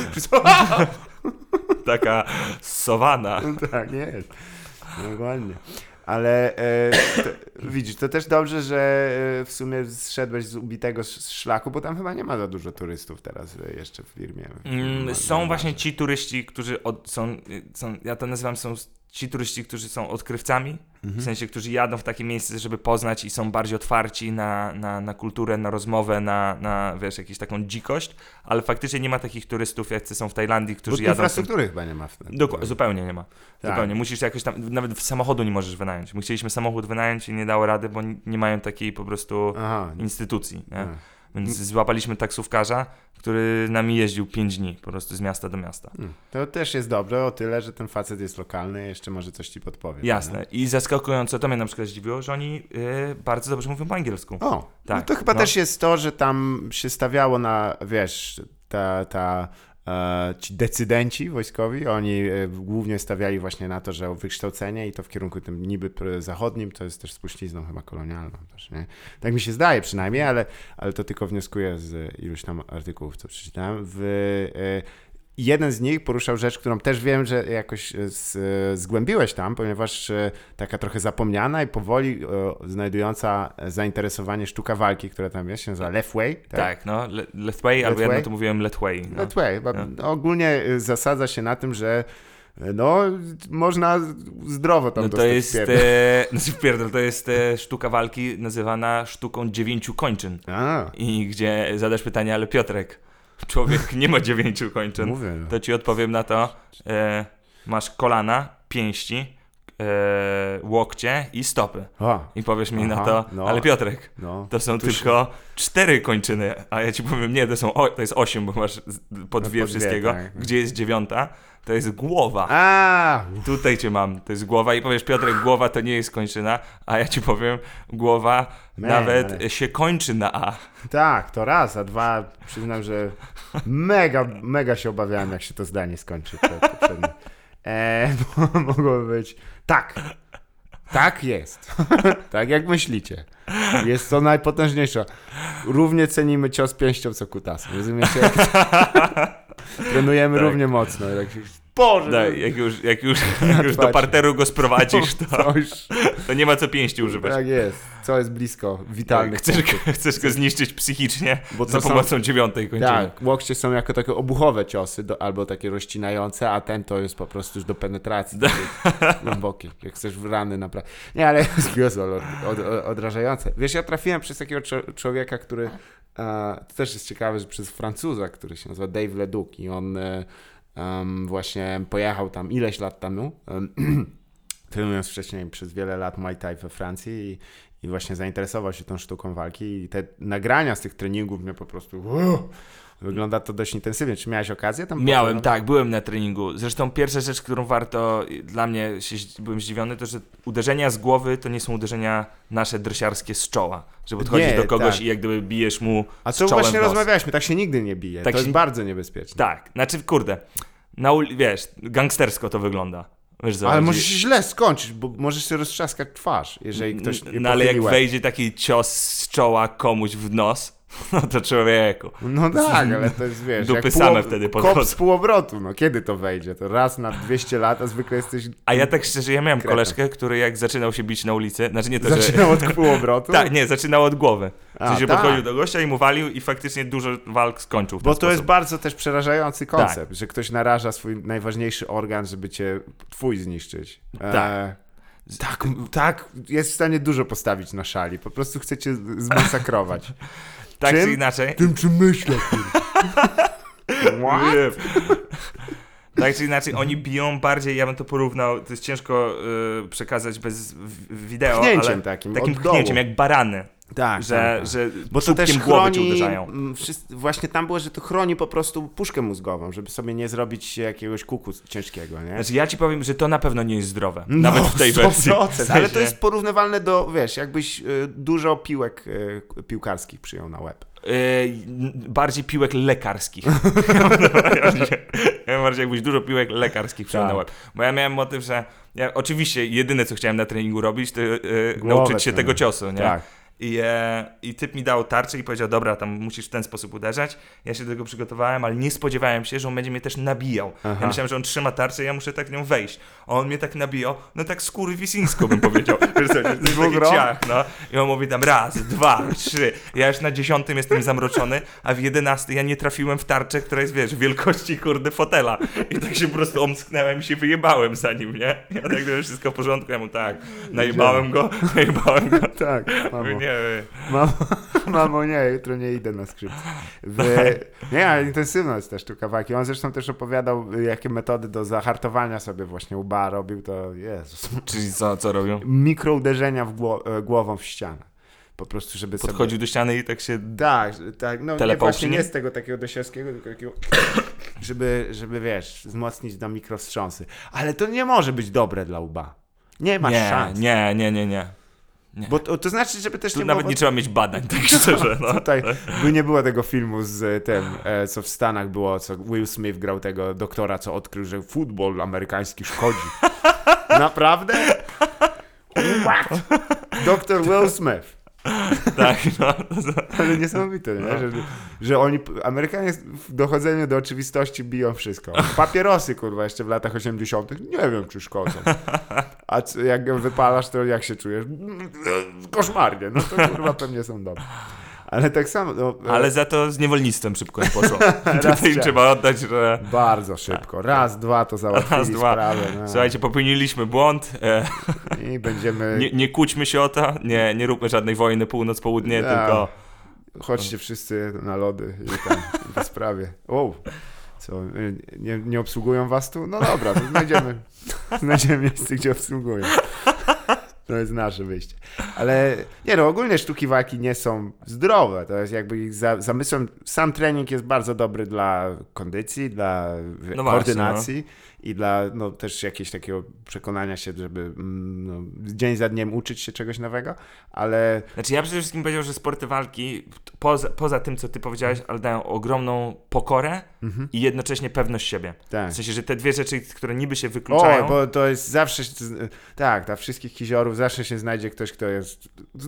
Taka sowana. No tak, nie jest. Dokładnie. Ale e, to, widzisz, to też dobrze, że e, w sumie zszedłeś z ubitego sz- szlaku, bo tam chyba nie ma za dużo turystów teraz e, jeszcze w Birmie. Mm, No, są no, właśnie ci turyści, którzy od, są, są, ja to nazywam, są ci turyści, którzy są odkrywcami, Mhm. w sensie, którzy jadą w takie miejsce, żeby poznać i są bardziej otwarci na, na, na kulturę, na rozmowę, na, na wiesz, jakąś taką dzikość, ale faktycznie nie ma takich turystów, jacy są w Tajlandii, Bo którzy jadą... infrastruktury chyba nie ma w tym. Dok- zupełnie nie ma. Tak. Zupełnie. Musisz jakoś tam, nawet w samochodu nie możesz wynająć. My chcieliśmy samochód wynająć i nie dało rady, bo nie- nie mają takiej po prostu Aha. instytucji, nie? A. Więc złapaliśmy taksówkarza, który nami jeździł pięć dni, po prostu z miasta do miasta. Hmm. To też jest dobre o tyle, że ten facet jest lokalny i jeszcze może coś ci podpowie. Jasne. I zaskakująco, to mnie na przykład zdziwiło, że oni y, bardzo dobrze mówią po angielsku. O, no Tak, to chyba no. też jest to, że tam się stawiało na, wiesz, ta, ta e, ci decydenci wojskowi, oni e, głównie stawiali właśnie na to, że wykształcenie i to w kierunku tym niby pr- zachodnim, to jest też spuścizną chyba kolonialną też, nie? Tak mi się zdaje przynajmniej, ale, ale to tylko wnioskuję z iluś tam artykułów, co przeczytałem. W, e, Jeden z nich poruszał rzecz, którą też wiem, że jakoś z, zgłębiłeś tam, ponieważ e, taka trochę zapomniana i powoli e, znajdująca zainteresowanie sztuka walki, która tam jest, się nazywa Left Way. Tak, tak no. Le- Left way, albo ja Way? na to mówiłem Let way. No. Left Way. Chyba No. ogólnie e, zasadza się na tym, że e, no, można zdrowo tam No to dostać jest, pierdol. e, znaczy pierdol, to jest e, sztuka walki nazywana sztuką dziewięciu kończyn. A, I gdzie zadasz pytanie, ale Piotrek, człowiek nie ma dziewięciu kończyn. mówię. To ci odpowiem na to. E, masz kolana, pięści, e, łokcie i stopy. O, I powiesz mi aha, na to, no. ale Piotrek, no. to są Tu tylko cztery kończyny, a ja ci powiem, nie, to są o, to jest osiem, bo masz z- po dwie po dwie, wszystkiego. tak. Gdzie jest dziewiąta? To jest głowa. A, Tutaj cię mam, to jest głowa i powiesz, Piotrek, głowa to nie jest kończyna, a ja ci powiem, głowa Man, nawet ale- się kończy na A. tak, to raz, a dwa, przyznam, że mega, mega się obawiałem, jak się to zdanie skończy. To, poprzednie. E, bo mogło być tak. Tak jest. Tak jak myślicie. Jest to najpotężniejsza. Równie cenimy cios pięścią co kutasem. Rozumiecie? Trenujemy Tak. równie mocno. Jak się... Boże! Daj, jak już, jak już, jak już do Patrz. parteru go sprowadzisz, to, To już, to nie ma co pięści używać. tak jest. Co jest blisko witalnych Chcesz, punktów. go- chcesz go zniszczyć psychicznie Bo to za są- pomocą dziewiątej kończyny. Tak, łokcie są jako takie obuchowe ciosy, do, albo takie rozcinające, a ten to jest po prostu już do penetracji takiej głębokiej, jak chcesz w rany naprawdę. Nie, ale Jezu, ale od, od, od, odrażające. Wiesz, ja trafiłem przez takiego czo- człowieka, który, e, to też jest ciekawe, że przez Francuza, który się nazywa Dave Leduc i on e, em, właśnie pojechał tam ileś lat temu, em, trenując wcześniej przez wiele lat Muay Thai we Francji i, i właśnie zainteresował się tą sztuką walki i te nagrania z tych treningów mnie po prostu uuu, wygląda to dość intensywnie. Czy miałeś okazję tam? Miałem, poznać? tak, byłem na treningu. Zresztą pierwsza rzecz, którą warto, dla mnie się, byłem zdziwiony, to że uderzenia z głowy to nie są uderzenia nasze dresiarskie z czoła. Że podchodzisz Nie, do kogoś tak. i jak gdyby bijesz mu A z co czołem właśnie w nos. rozmawialiśmy, tak się nigdy nie bije. Tak to się- jest bardzo niebezpieczne. Tak, znaczy kurde, na ul- wiesz, gangstersko to wygląda. Wiesz, co Ale chodzi? może się źle skończyć, bo możesz sobie roztrzaskać twarz, jeżeli ktoś N- No ale jak pochyli łeb. wejdzie taki cios z czoła komuś w nos, no to człowieku. No tak, ale to jest, wiesz, Dupy jak same wtedy kop podchodzą. z półobrotu, no kiedy to wejdzie? To raz na dwieście lat, a zwykle jesteś... A ja tak szczerze, ja miałem Kretem. koleżkę, który jak zaczynał się bić na ulicy, znaczy nie to, że... Zaczynał od półobrotu? Tak, nie, zaczynał od głowy. W A, sensie tak. podchodził do gościa i mu walił i faktycznie dużo walk skończył w ten Bo to sposób. jest bardzo też przerażający koncept, że ktoś naraża swój najważniejszy organ, żeby cię, twój zniszczyć. Tak. tak, tak, jest w stanie dużo postawić na szali, po prostu chce cię z- zmasakrować. Tak czym? czy inaczej. Tym, czym myślę, kurwa. Nie. Tak czy inaczej, oni biją bardziej, ja bym to porównał, to jest ciężko y, przekazać bez w- wideo, Pchnięciem ale takim, takim od dołu. pchnięciem, jak barany, Tak, że, tak, tak. że Bo to czubkiem też głowy cię chroni, uderzają. mm, wszyscy, właśnie tam było, że to chroni po prostu puszkę mózgową, żeby sobie nie zrobić jakiegoś kuku ciężkiego, nie? Znaczy ja ci powiem, że to na pewno nie jest zdrowe, No, nawet w tej sto wersji. procent, W sensie- ale to jest porównywalne do, wiesz, jakbyś y, dużo piłek y, piłkarskich przyjął na łeb. Yy, bardziej piłek lekarskich. ja mam bardziej jakbyś dużo piłek lekarskich przyjął Tak. na łeb. Bo ja miałem motyw, że ja, oczywiście jedyne co chciałem na treningu robić, to yy, Głowę nauczyć się ten. tego ciosu, nie? Tak. I, e, I typ mi dał tarczę i powiedział, dobra, tam musisz w ten sposób uderzać. Ja się do tego przygotowałem, ale nie spodziewałem się, że on będzie mnie też nabijał. Aha. Ja myślałem, że on trzyma tarczę i ja muszę tak nią wejść. A on mnie tak nabijał, no tak skurwisińsko bym powiedział. Wiesz co, to jest Dwóch taki rąk? ciach, no. I on mówi tam raz, dwa, trzy. Ja już na dziesiątym jestem zamroczony, a w jedenasty ja nie trafiłem w tarczę, która jest, wiesz, wielkości kurde fotela. I tak się po prostu omsknęłem i się wyjebałem za nim, nie? Ja tak to wszystko w porządku, ja mu tak, najebałem go, najebałem go. Tak, mamo. Mówię, nie, Mamo, mamo, nie, jutro nie idę na skrzypce. W, nie, ale intensywna jest ta sztuka walki. On zresztą też opowiadał, jakie metody do zahartowania sobie właśnie łba robił, to Jezus. czyli co, co robią? Mikrouderzenia w gło- e, głową w ścianę. Po prostu, żeby Podchodził sobie... do ściany i tak się... Tak, tak, no nie, Telepał właśnie przy nim? nie z tego takiego dosielskiego, tylko takiego, żeby, żeby, wiesz, wzmocnić do mikrowstrząsy. Ale to nie może być dobre dla łba. Nie masz Nie, szans. nie, nie, nie, nie. nie. Bo to, to znaczy, żeby też Tu nie nawet było... nie trzeba mieć badań, tak szczerze. No. Tutaj by nie było tego filmu z tym, e, co w Stanach było, co Will Smith grał tego doktora, co odkrył, że futbol amerykański szkodzi. Naprawdę? What? Doktor Will Smith. Tak, no. Ale niesamowite, nie? Że, że oni, Amerykanie w dochodzeniu do oczywistości biją wszystko. Papierosy, kurwa, jeszcze w latach osiemdziesiątych nie wiem, czy szkodzą. A c- jak ją wypalasz, to jak się czujesz? Koszmarnie. No to kurwa pewnie są dobre. Ale tak samo... No, Ale za to z niewolnictwem szybko nie poszło. Raz Tutaj im chciałem. trzeba oddać, że... Bardzo szybko. Raz, dwa to załatwili Raz, dwa. sprawę. No. Słuchajcie, popełniliśmy błąd. E, I będziemy... nie, nie kłóćmy się o to. Nie, nie róbmy żadnej wojny północ-południe, Ja. tylko... Chodźcie wszyscy na lody i tam, w sprawie. O, Co, nie, nie obsługują was tu? No dobra, to znajdziemy, znajdziemy miejsce, gdzie obsługują. To jest nasze wyjście. Ale nie no, ogólnie sztuki walki nie są zdrowe. To jest jakby ich za, zamysłem, sam trening jest bardzo dobry dla kondycji, dla no koordynacji właśnie, no. i dla no, też jakiegoś takiego przekonania się, żeby no, dzień za dniem uczyć się czegoś nowego, ale... Znaczy ja przede wszystkim powiedział, że sporty walki, poza, poza tym, co ty powiedziałeś, ale dają ogromną pokorę mhm. i jednocześnie pewność siebie. Tak. W sensie, że te dwie rzeczy, które niby się wykluczają... O, bo to jest zawsze... Tak, dla wszystkich kiziorów zawsze się znajdzie ktoś, kto jest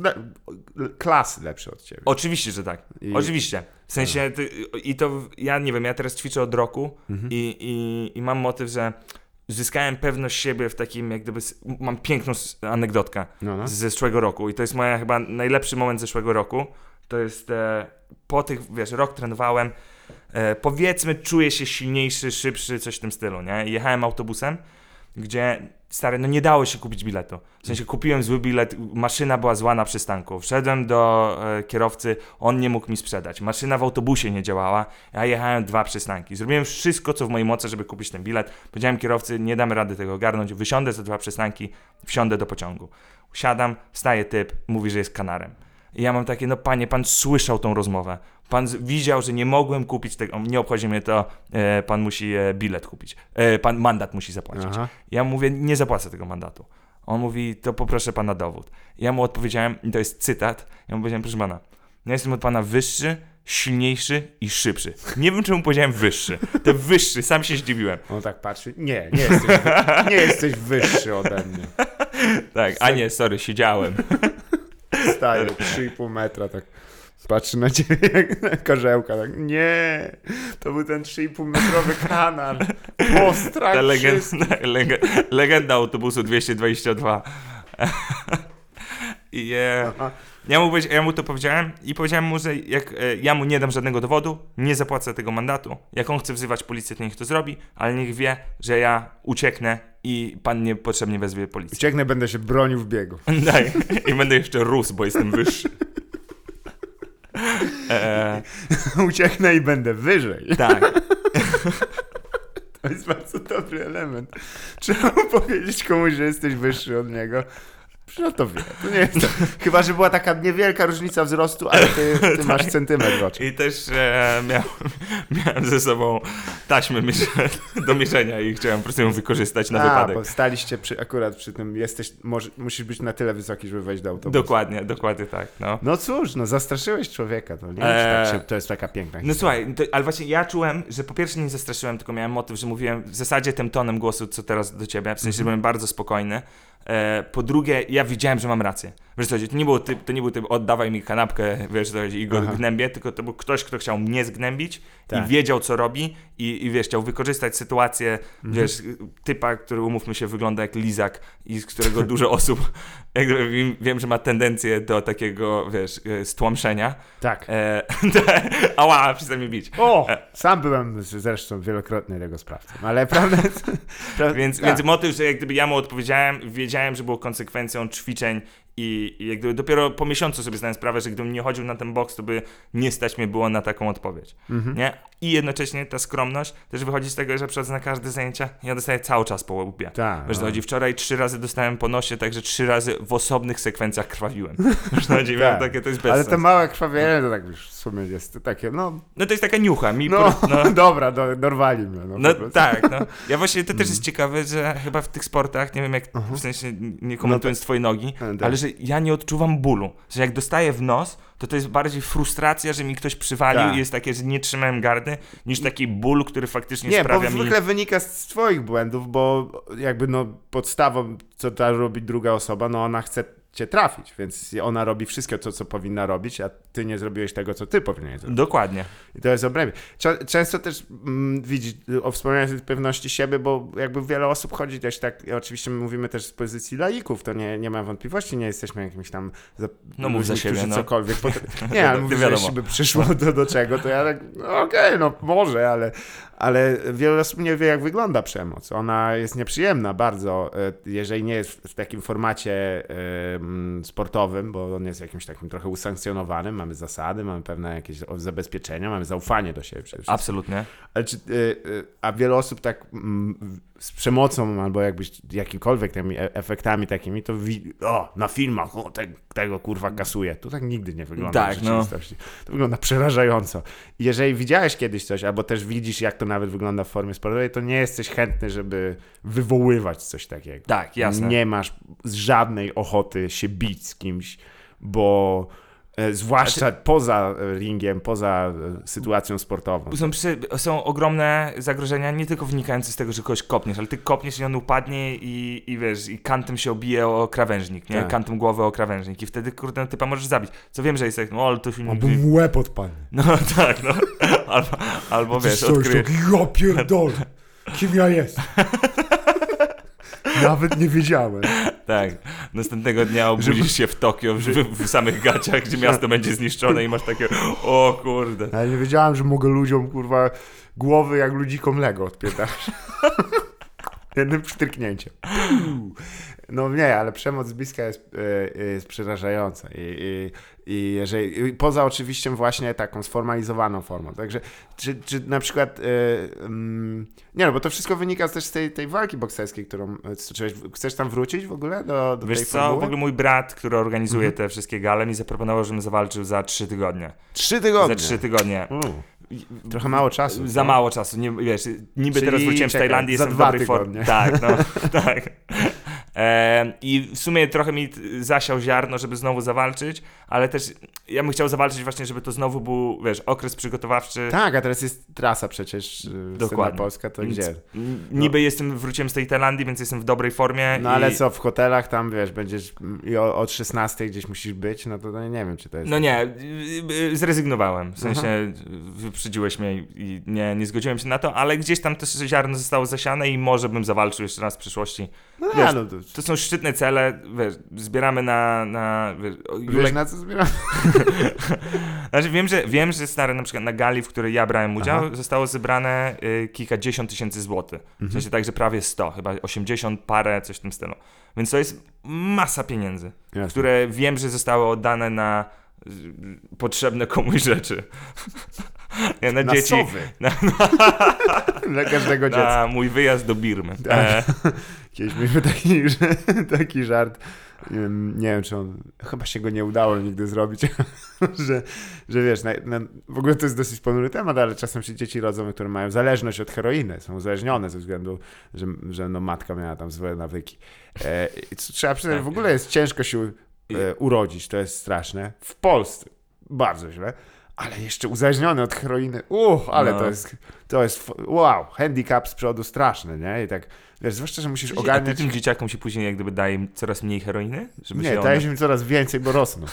klasy lepszy od ciebie. Oczywiście, że tak. I... Oczywiście. W sensie, ty, i to, ja nie wiem, ja teraz ćwiczę od roku mhm. i, i, i mam motyw, że zyskałem pewność siebie w takim, jak gdyby, mam piękną anegdotkę no, no. z zeszłego roku i to jest moja chyba najlepszy moment zeszłego roku. To jest e, po tych, wiesz, rok trenowałem, e, powiedzmy czuję się silniejszy, szybszy, coś w tym stylu, nie? I jechałem autobusem, gdzie, stary, no nie dało się kupić biletu. W sensie kupiłem zły bilet, maszyna była zła na przystanku. Wszedłem do e, kierowcy, on nie mógł mi sprzedać. Maszyna w autobusie nie działała, ja jechałem dwa przystanki. Zrobiłem wszystko, co w mojej mocy, żeby kupić ten bilet. Powiedziałem kierowcy, nie damy rady tego ogarnąć, wysiądę za dwa przystanki, wsiądę do pociągu. Siadam, wstaje typ, mówi, że jest kanarem. I ja mam takie, no panie, pan słyszał tą rozmowę. Pan z- widział, że nie mogłem kupić tego, nie obchodzi mnie to, e, pan musi e, bilet kupić. E, pan mandat musi zapłacić. Aha. Ja mówię, nie zapłacę tego mandatu. On mówi, to poproszę pana dowód. Ja mu odpowiedziałem, i to jest cytat, ja mu powiedziałem, proszę pana, ja jestem od pana wyższy, silniejszy i szybszy. Nie wiem, czemu powiedziałem wyższy. To wyższy, sam się zdziwiłem. On tak patrzy, nie, nie jesteś, nie jesteś wyższy ode mnie. Tak, a nie, sorry, siedziałem. Staje trzy i pół metra, tak patrzy na ciebie jak na karzełka, tak, nie, to był ten trzy i pół metrowy kanar, postrach legenda, leg, legenda autobusu dwieście dwadzieścia dwa. I e, ja, mu, ja mu to powiedziałem i powiedziałem mu, że jak e, ja mu nie dam żadnego dowodu, nie zapłacę tego mandatu, jak on chce wzywać policję, to niech to zrobi, ale niech wie, że ja ucieknę i pan niepotrzebnie wezwie policję. Ucieknę, będę się bronił w biegu. Daj. I będę jeszcze rósł, bo jestem wyższy. E... Ucieknę i będę wyżej. Tak. To jest bardzo dobry element. Trzeba powiedzieć komuś, że jesteś wyższy od niego. No to wie, to nie jest to. Chyba, że była taka niewielka różnica wzrostu, ale ty, ty tak. masz centymetr w oczach. I też e, miałem, miałem ze sobą taśmę do mierzenia i chciałem po prostu ją wykorzystać na A, wypadek. Bo staliście przy, akurat przy tym, jesteś, może, musisz być na tyle wysoki, żeby wejść do autobusu. Dokładnie, dokładnie tak. No, no cóż, no zastraszyłeś człowieka, to nie eee... tak się, to jest taka piękna historia. No słuchaj, to, ale właśnie ja czułem, że po pierwsze nie zastraszyłem, tylko miałem motyw, że mówiłem w zasadzie tym tonem głosu, co teraz do ciebie, w sensie, że byłem bardzo spokojny. E, po drugie, ja widziałem, że mam rację. Wiesz co, to nie było typ, to nie był typ, oddawaj mi kanapkę, wiesz co, i go Aha. gnębię, tylko to był ktoś, kto chciał mnie zgnębić tak. i wiedział, co robi i, i wiesz, chciał wykorzystać sytuację, mhm. wiesz, typa, który, umówmy się, wygląda jak lizak i z którego dużo osób, jakby wiem, że ma tendencję do takiego, wiesz, stłamszenia. Tak. E, ała, przestań mnie bić. O, e, sam byłem zresztą wielokrotnie tego sprawcą, ale prawda... prawda więc, tak. więc motyw, że jak gdyby ja mu odpowiedziałem, wiedziałem, że było konsekwencją ćwiczeń i, i jak gdyby dopiero po miesiącu sobie zdałem sprawę, że gdybym nie chodził na ten boks, to by nie stać mnie było na taką odpowiedź. Mhm. Nie? I jednocześnie ta skromność też wychodzi z tego, że przychodzę na każde zajęcia, ja dostaję cały czas po łbie. Tak. Wiesz, chodzi, wczoraj trzy razy dostałem po nosie, także trzy razy w osobnych sekwencjach krwawiłem. Wiesz, chodzi, tak. takie, to jest bez Ale sensu. te małe krwawienie to tak już w sumie jest takie, no... No to jest taka niucha. Mi no, po, no dobra, do, dorwali mnie. No, no tak, no. Ja właśnie, to też jest ciekawe, że chyba w tych sportach, nie wiem jak, uh-huh. w sensie nie komentując no to, twojej nogi, no, ale że ja nie odczuwam bólu. Że jak dostaję w nos, to to jest bardziej frustracja, że mi ktoś przywalił tak. i jest takie, że nie trzymałem gardy, niż taki ból, który faktycznie nie, sprawia mi... Nie, bo zwykle wynika z twoich błędów, bo jakby no podstawą, co ta robi druga osoba, no ona chce cię trafić, więc ona robi wszystko to, co powinna robić, a ty nie zrobiłeś tego, co ty powinieneś zrobić. Dokładnie. I to jest obrębie. Często też mm, widzisz, o wspomnieniu pewności siebie, bo jakby wiele osób chodzi też tak, oczywiście my mówimy też z pozycji laików, to nie, nie ma wątpliwości, nie jesteśmy jakimś tam za, no mów za siebie, no. cokolwiek. Pot- nie, ale mówię, że jeśli by przyszło do, do czego, to ja tak, no okej, okay, no może, ale, ale wiele osób nie wie, jak wygląda przemoc. Ona jest nieprzyjemna bardzo, jeżeli nie jest w takim formacie mm, sportowym, bo on jest jakimś takim trochę usankcjonowanym, mamy zasady, mamy pewne jakieś zabezpieczenia, mamy zaufanie do siebie przede wszystkim. Absolutnie. Ale czy, y, y, a wiele osób tak mm, z przemocą albo jakbyś jakimikolwiek tymi e- efektami takimi, to wi- o, na filmach o, te, tego kurwa kasuje. To tak nigdy nie wygląda Tak, w rzeczywistości. To wygląda przerażająco. I jeżeli widziałeś kiedyś coś, albo też widzisz, jak to nawet wygląda w formie sportowej, to nie jesteś chętny, żeby wywoływać coś takiego. Tak, jasne. Nie masz żadnej ochoty się bić z kimś, bo e, zwłaszcza Znaczy- poza e, ringiem, poza e, sytuacją sportową. Są, przy, są ogromne zagrożenia, nie tylko wynikające z tego, że kogoś kopniesz, ale ty kopniesz i on upadnie i, i wiesz, i kantem się obije o krawężnik, nie? Tak. Kantem głowy o krawężnik i wtedy, kurde, typa możesz zabić. Co wiem, że jest tak, no ale to się nie... Albo w łeb odpadnie. No tak, no. Albo, albo wiesz, Coś odkryje... tak, ja pierdolę, kim ja jestem? Nawet nie wiedziałem. Tak. Następnego dnia obudzisz się w Tokio w, w, w samych gaciach, gdzie miasto będzie zniszczone i masz takie, o kurde. Ja nie wiedziałem, że mogę ludziom, kurwa, głowy jak ludzikom Lego odpierdać. Jednym przytryknięciem. No nie, ale przemoc z bliska jest, y, jest przerażająca i, i, i jeżeli, i poza oczywiście właśnie taką sformalizowaną formą, także czy, czy na przykład, y, mm, nie no, bo to wszystko wynika też z tej, tej walki bokserskiej, którą stoczyłeś. Chcesz tam wrócić w ogóle do, do Wiesz tej co, formuły? w ogóle mój brat, który organizuje te wszystkie gale, mi zaproponował, żebym zawalczył za trzy tygodnie. Trzy tygodnie? Za trzy tygodnie. U, trochę mało czasu. Za no. mało czasu, nie, wiesz, niby Czyli teraz wróciłem z czekaj, Tajlandii, za jestem w dwa dobrej formie. tygodnie. Tak, no, tak. E, I w sumie trochę mi t- zasiał ziarno, żeby znowu zawalczyć, ale też ja bym chciał zawalczyć właśnie, żeby to znowu był, wiesz, okres przygotowawczy. Tak, a teraz jest trasa przecież, y, Dokładnie. scena polska, to Więc gdzie? n- Niby jestem, wróciłem z tej Tajlandii, więc jestem w dobrej formie. No i... ale co, w hotelach tam, wiesz, będziesz i o, od szesnastej gdzieś musisz być, no to no, nie wiem, czy to jest... No nie, y, y, zrezygnowałem, w sensie wyprzedziłeś mnie i nie, nie zgodziłem się na to, ale gdzieś tam to ziarno zostało zasiane i może bym zawalczył jeszcze raz w przyszłości. No, wiesz, no to... To są szczytne cele, wiesz, zbieramy na... na wiesz, o, Wiesz, Julek... na co zbieram? Znaczy wiem, że, wiem, że stary, na przykład na gali, w której ja brałem udział, Aha. zostało zebrane y, kilkadziesiąt tysięcy złotych. W sensie tak, że prawie sto, chyba osiemdziesiąt parę, coś w tym stylu. Więc to jest masa pieniędzy, Jasne. które wiem, że zostały oddane na y, potrzebne komuś rzeczy. Ja na, Na dzieci, sowy. na, Dla każdego dziecka. na mój wyjazd do Birmy. Tak. E, Kiedyś mieliśmy taki, taki żart, nie wiem, nie wiem, czy on, chyba się go nie udało nigdy zrobić, że, że wiesz, na, na, w ogóle to jest dosyć ponury temat, ale czasem się dzieci rodzą, które mają zależność od heroiny, są uzależnione ze względu, że, że no, matka miała tam złe nawyki. E, i co trzeba przyznać, w ogóle jest ciężko się e, urodzić, to jest straszne. W Polsce bardzo źle. Ale jeszcze uzależniony od heroiny. Uch, ale No. to jest, to jest, wow, handicap z przodu straszny, nie? I tak, wiesz, zwłaszcza, że musisz a ty ogarniać... tym dzieciakom się później jak gdyby daje im coraz mniej heroiny? Żeby Nie, się daje one... się mi coraz więcej, bo rosną.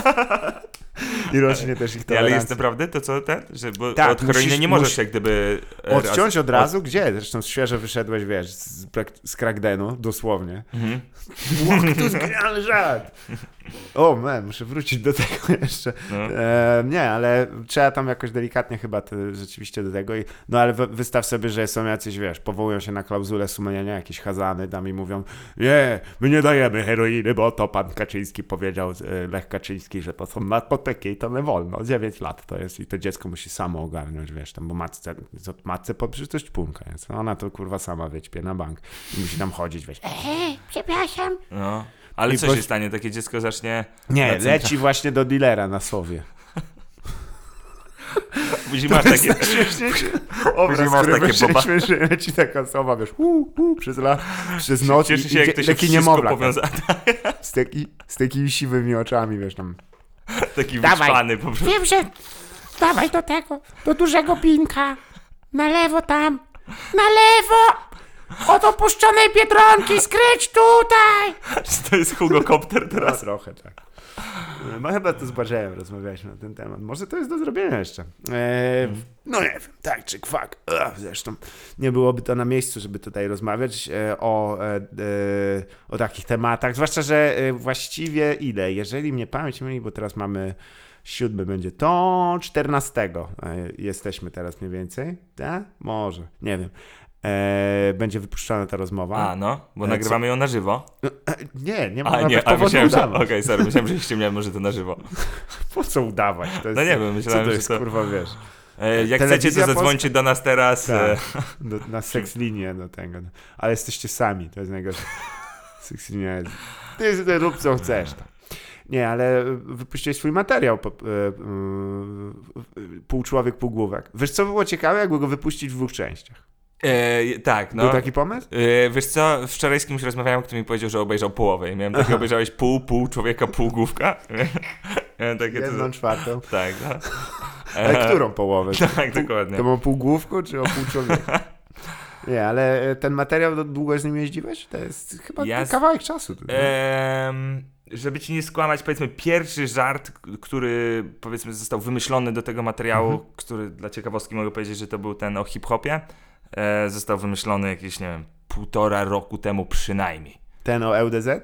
I rośnie też ich Nie, ale tolerancja. jest naprawdę to, co ten? Że, bo Tak, od heroiny musisz- nie możesz musisz jak gdyby... e, Odciąć raz- od razu? Gdzie? Zresztą świeżo wyszedłeś, wiesz, z, prak- z Crackdenu, dosłownie. Mhm. Łak, to jest genialny żart! O, man, muszę wrócić do tego jeszcze. No. E, nie, ale trzeba tam jakoś delikatnie chyba te, rzeczywiście do tego. I, no ale wy- wystaw sobie, że są jacyś, wiesz, powołują się na klauzulę sumienia, jakieś hazany tam i mówią, nie, my nie dajemy heroiny, bo to pan Kaczyński powiedział, e, Lech Kaczyński, że to są narkotyki i to nie wolno. dziewięć lat to jest i to dziecko musi samo ogarnąć, wiesz, tam, bo matce, co, matce poprzez to ćpunka jest. No, ona to kurwa sama wyćpie na bank i musi tam chodzić, wiesz. Eee, przepraszam. No. Ale I co po- się stanie? Takie dziecko zacznie... Nie, na centra- leci właśnie do dealera na Sowie. Później masz takie... Obraz, masz który takie boba- myśleliśmy, że leci taka osoba, wiesz, uu, uu, przez, la, przez noc Cieszy i, się, i jak to się taki wszystko niemowlak powiąza... z, taki, z takimi siwymi oczami, wiesz, tam. Taki Dawaj. wyćpany po prostu. Wiem, że... Dawaj do tego, do dużego pinka. Na lewo tam. Na lewo! Od opuszczonej Biedronki, skręć tutaj! Czy to jest Hugo Kopter Teraz teraz? trochę, tak. No chyba to z Błażejem rozmawialiśmy na ten temat. Może to jest do zrobienia jeszcze. E, no nie wiem, tak czy kwak. Ech, zresztą nie byłoby to na miejscu, żeby tutaj rozmawiać e, o, e, e, o takich tematach. Zwłaszcza, że e, właściwie ile? Jeżeli mnie pamięć myli, bo teraz mamy siódmy będzie, to czternastego e, jesteśmy teraz mniej więcej. Tak? Może, nie wiem. e, będzie wypuszczona ta rozmowa. A, no, bo E, nagrywamy ją na żywo. No, e, nie, nie ma A, nawet nie, a powodu myślałem, że... udawać. Okej, sorry, myślałem, że ściemniałem może to na żywo. Po co udawać? To jest, No nie wiem, co myślałem, to że jest, to... kurwa, wiesz. E, jak Telewizja chcecie, to zadzwońcie Polska? do nas teraz. E, Tak, do, na seks linię do tego. Ale jesteście sami, to jest najgorsze. Seks linia jest... Ty sobie rób co chcesz. Tam. Nie, ale wypuściłeś swój materiał, po, e, e, pół człowiek, pół główek. Wiesz, co było ciekawe, jakby go wypuścić w dwóch częściach? e, tak, no. Był taki pomysł? E, wiesz co, wczoraj z kimś rozmawiałem, kto mi powiedział, że obejrzał połowę i miałem takie, obejrzałeś pół, pół człowieka, pół główka. Miałem takie, Jedną to... czwartą. Tak, no. Ale którą połowę? Tak, dokładnie. To było pół główku, czy o pół człowieka? Nie, ale ten materiał, długo z nim jeździłeś? To jest chyba Ja z- kawałek czasu. Ehm, żeby ci nie skłamać, powiedzmy, pierwszy żart, k- który powiedzmy został wymyślony do tego materiału, Mhm. który dla ciekawostki mogę powiedzieć, że to był ten o hip-hopie, e, został wymyślony jakieś, nie wiem, półtora roku temu przynajmniej. Ten o L D Z?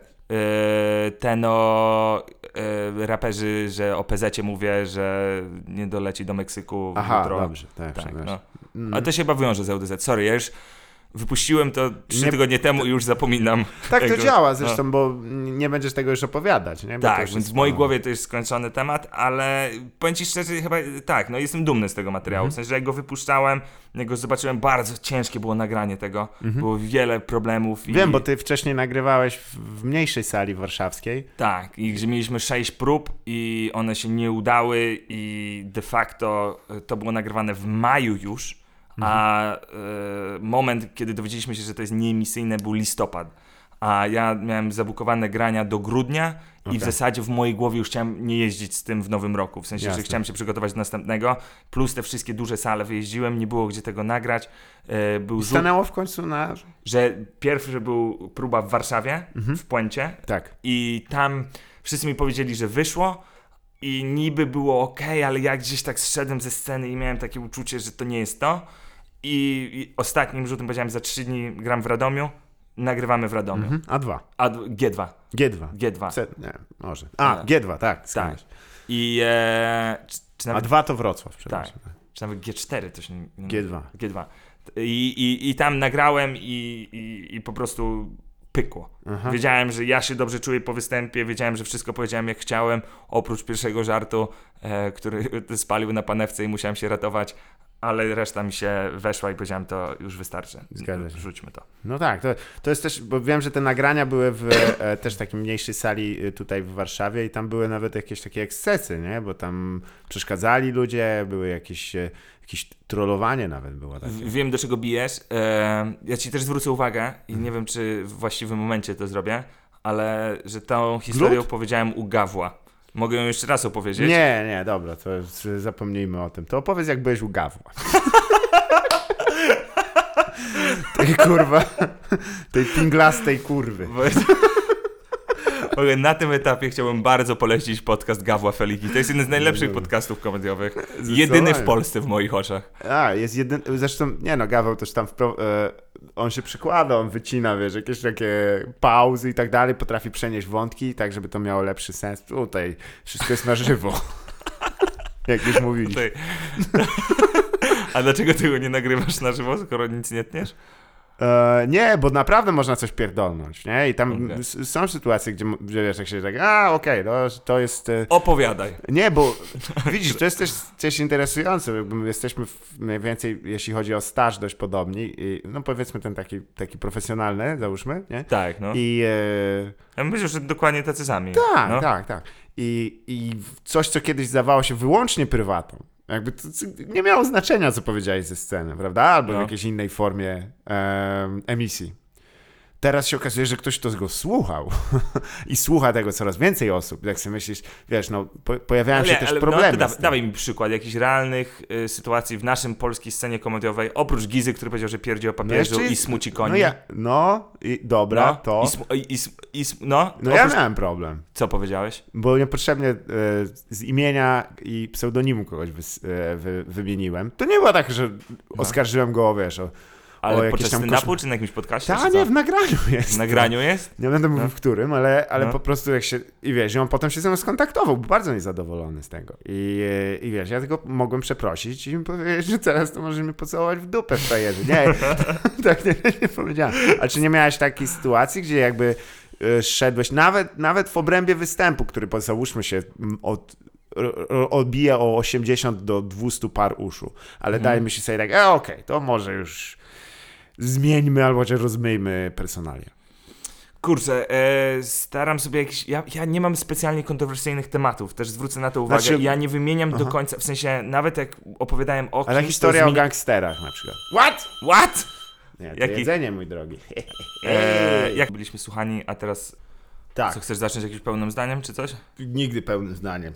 E, ten o e, raperzy, że o P Z-cie mówię, że nie doleci do Meksyku Aha, jutro. dobrze. Tak, Tak, przepraszam. no. Mm. Ale to się chyba wiąże z L D Z. Sorry, ja już wypuściłem to trzy Nie- tygodnie temu i już zapominam. Tak to Jakby- działa no. zresztą, bo nie będziesz tego już opowiadać, nie? Bo to Tak, już więc jest w mojej po- głowie to jest skończony temat, ale powiem ci szczerze, chyba tak, no jestem dumny z tego materiału. Mhm. W sensie, że jak go wypuszczałem, jak go zobaczyłem, bardzo ciężkie było nagranie tego. Było wiele problemów. I, Wiem, bo ty wcześniej nagrywałeś w, w mniejszej sali warszawskiej. Tak, i że mieliśmy sześć prób i one się nie udały i de facto e, to było nagrywane w maju już, a e, moment, kiedy dowiedzieliśmy się, że to jest nieemisyjne, był listopad. A ja miałem zabukowane grania do grudnia i Okej. w zasadzie w mojej głowie już chciałem nie jeździć z tym w nowym roku. W sensie, Jasne. że chciałem się przygotować do następnego. Plus te wszystkie duże sale wyjeździłem, nie było gdzie tego nagrać. E, był I rzut, stanęło w końcu na... że pierwszy, że był próba w Warszawie, w Puencie. Tak. I tam wszyscy mi powiedzieli, że wyszło i niby było ok, ale ja gdzieś tak zszedłem ze sceny i miałem takie uczucie, że to nie jest to. I, i ostatnim rzutem powiedziałem, za trzy dni gram w Radomiu, nagrywamy w Radomiu. Mhm. A dwa. A d- G dwa. G dwa. G dwa. C... Nie, może. A, Nie. G dwa, tak. Tak. zgadza się. I e, czy, czy A nawet, dwa to Wrocław, tak, przepraszam. czy nawet G cztery to się nie, G dwa. G dwa. I, i, i tam nagrałem i, i, i po prostu pykło. Aha. Wiedziałem, że ja się dobrze czuję po występie, wiedziałem, że wszystko powiedziałem jak chciałem, oprócz pierwszego żartu, e, który spalił na panewce i musiałem się ratować, ale reszta mi się weszła i powiedziałem, to już wystarczy. Zgadza się. Rzućmy to. No tak, to, to jest też, bo wiem, że te nagrania były w e, też takiej mniejszej sali e, tutaj w Warszawie i tam były nawet jakieś takie ekscesy, nie? Bo tam przeszkadzali ludzie, były jakieś, e, jakieś trollowanie nawet było takie. W- Wiem, do czego bijesz. E, ja ci też zwrócę uwagę i nie wiem, czy w właściwym momencie to zrobię, ale że tą historię Glut? opowiedziałem u Gawła. Mogę ją jeszcze raz opowiedzieć? Nie, nie, dobra, to już zapomnijmy o tym. To opowiedz, jak byłeś u Gawła. Tej kurwa, tej pinglastej kurwy. Bo- Mogę na tym etapie chciałbym bardzo polecić podcast Gawła Feliki. To jest jeden z najlepszych podcastów komediowych. Jedyny w Polsce w moich oczach. A, jest jeden, zresztą, nie no, Gaweł też tam, wpro, e, on się przykłada, on wycina, wiesz, jakieś takie pauzy i tak dalej, potrafi przenieść wątki, tak żeby to miało lepszy sens. Tutaj wszystko jest na żywo, jak już mówiliśmy. Tutaj. A dlaczego ty go nie nagrywasz na żywo, skoro nic nie tniesz? E, nie, bo naprawdę można coś pierdolnąć, nie? I tam Okej. s- są sytuacje, gdzie, m- gdzie wiesz, jak się tak, a okej, no to jest... E, Opowiadaj. nie, bo widzisz, to jest też coś interesujące, jakby my jesteśmy w, mniej więcej, jeśli chodzi o staż, dość podobni, i, no powiedzmy ten taki, taki profesjonalny, załóżmy, nie? Tak, no. I e, Ja bym powiedział, że dokładnie tacy sami. tak, no. tak, tak. I, I coś, co kiedyś zdawało się wyłącznie prywatą, jakby to, to nie miało znaczenia, co powiedziałeś ze sceny, prawda? Albo No. w jakiejś innej formie em, emisji. Teraz się okazuje, że ktoś to go słuchał i słucha tego coraz więcej osób. Jak sobie myślisz, wiesz, no po, pojawiają się też no, problemy. to da, z tym. dawaj mi przykład jakichś realnych y, sytuacji w naszym polskiej scenie komediowej, oprócz Gizy, który powiedział, że pierdzi o papieżu jeszcze i jest- smuci koni. No, ja, no i dobra, No, to... I, sm- i, i, sm- i, sm- no, no ja oprócz... miałem problem, Co powiedziałeś? bo niepotrzebnie e, z imienia i pseudonimu kogoś wys, e, wy, wymieniłem. To nie było tak, że oskarżyłem go, wiesz, o, Ale o jakieś podczas tam stand-upu, koszmar. czy na jakimś podcaście? Ta, czy co? nie, w nagraniu jest. W nagraniu jest? Nie będę mówił No. w którym, ale, ale No. po prostu jak się... I wiesz, i on potem się ze mną skontaktował, był bardzo niezadowolony z tego. I, i wiesz, ja tylko mogłem przeprosić i mu powiedzieć, że teraz to możesz mnie pocałować w dupę w frajerze. Nie, tak nie, nie powiedziałem. A czy nie miałeś takiej sytuacji, gdzie jakby y, szedłeś, nawet, nawet w obrębie występu, który załóżmy się m, od... odbija o osiemdziesiąt do dwieście par uszu, ale Mhm. dajmy się sobie tak, e, okej, okay, to może już zmieńmy albo chociaż rozmyjmy personalia. Kurczę, e, staram sobie jakieś... Ja, ja nie mam specjalnie kontrowersyjnych tematów, też zwrócę na to uwagę. Znaczy- Ja nie wymieniam Aha. do końca, w sensie nawet jak opowiadałem o Ale kimś, historia to o zmieni- gangsterach na przykład. What? What? Nie, to Jaki? jedzenie, mój drogi. E, jak byliśmy słuchani, a teraz Tak, co, chcesz zacząć jakimś pełnym zdaniem, czy coś? nigdy pełnym zdaniem.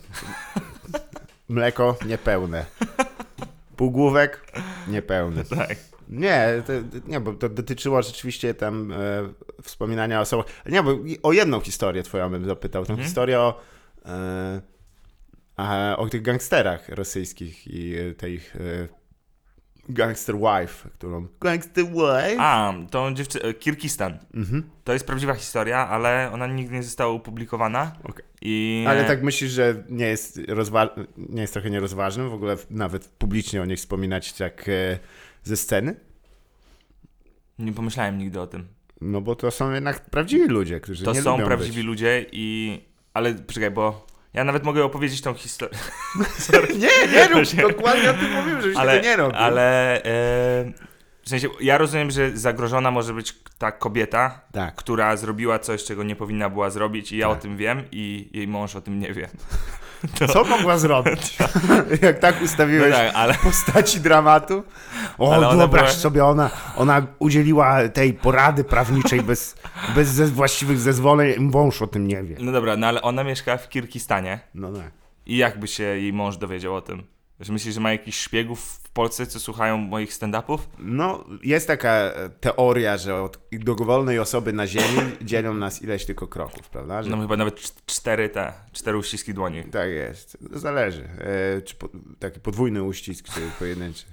Mleko niepełne. Półgłówek niepełny. Tak. Nie, to, nie, bo to dotyczyło rzeczywiście tam e, wspominania o osobach. Nie, bo i- o jedną historię twoją bym zapytał. Tą Mhm. historię o, e, a, o tych gangsterach rosyjskich i e, tej e, gangster wife, którą... Gangster wife? A, to dziewczyna... Kirgistan. Mhm. To jest prawdziwa historia, ale ona nigdy nie została opublikowana. Okej. I... Ale tak myślisz, że nie jest, rozwa- nie jest trochę nierozważnym w ogóle nawet publicznie o niej wspominać tak e, ze sceny? Nie pomyślałem nigdy o tym. No bo to są jednak prawdziwi ludzie, którzy To nie są lubią prawdziwi być. ludzie i... Ale poczekaj, bo ja nawet mogę opowiedzieć tą historię. Nie, nie rób, dokładnie o tym mówiłem, żebyś ale, tego nie robił. Ale e, w sensie ja rozumiem, że zagrożona może być ta kobieta, Tak. która zrobiła coś, czego nie powinna była zrobić i ja Tak. o tym wiem i jej mąż o tym nie wie. Co mogła zrobić? Jak tak No ustawiłeś tak, ale postaci dramatu? O, Ale ona wyobraź była- sobie, ona, ona udzieliła tej porady prawniczej bez, bez ze właściwych zezwoleń, mąż o tym nie wie. no dobra, no ale ona mieszka w Kirgistanie No tak. i jakby się jej mąż dowiedział o tym? Że myślisz, że ma jakichś szpiegów w Polsce, co słuchają moich stand-upów? No, jest taka e, teoria, że od dowolnej osoby na ziemi dzielą nas ileś tylko kroków, prawda? Że No chyba nawet cz- cztery te, cztery uściski dłoni. tak jest. Zależy. E, czy po, taki podwójny uścisk, czy pojedynczy.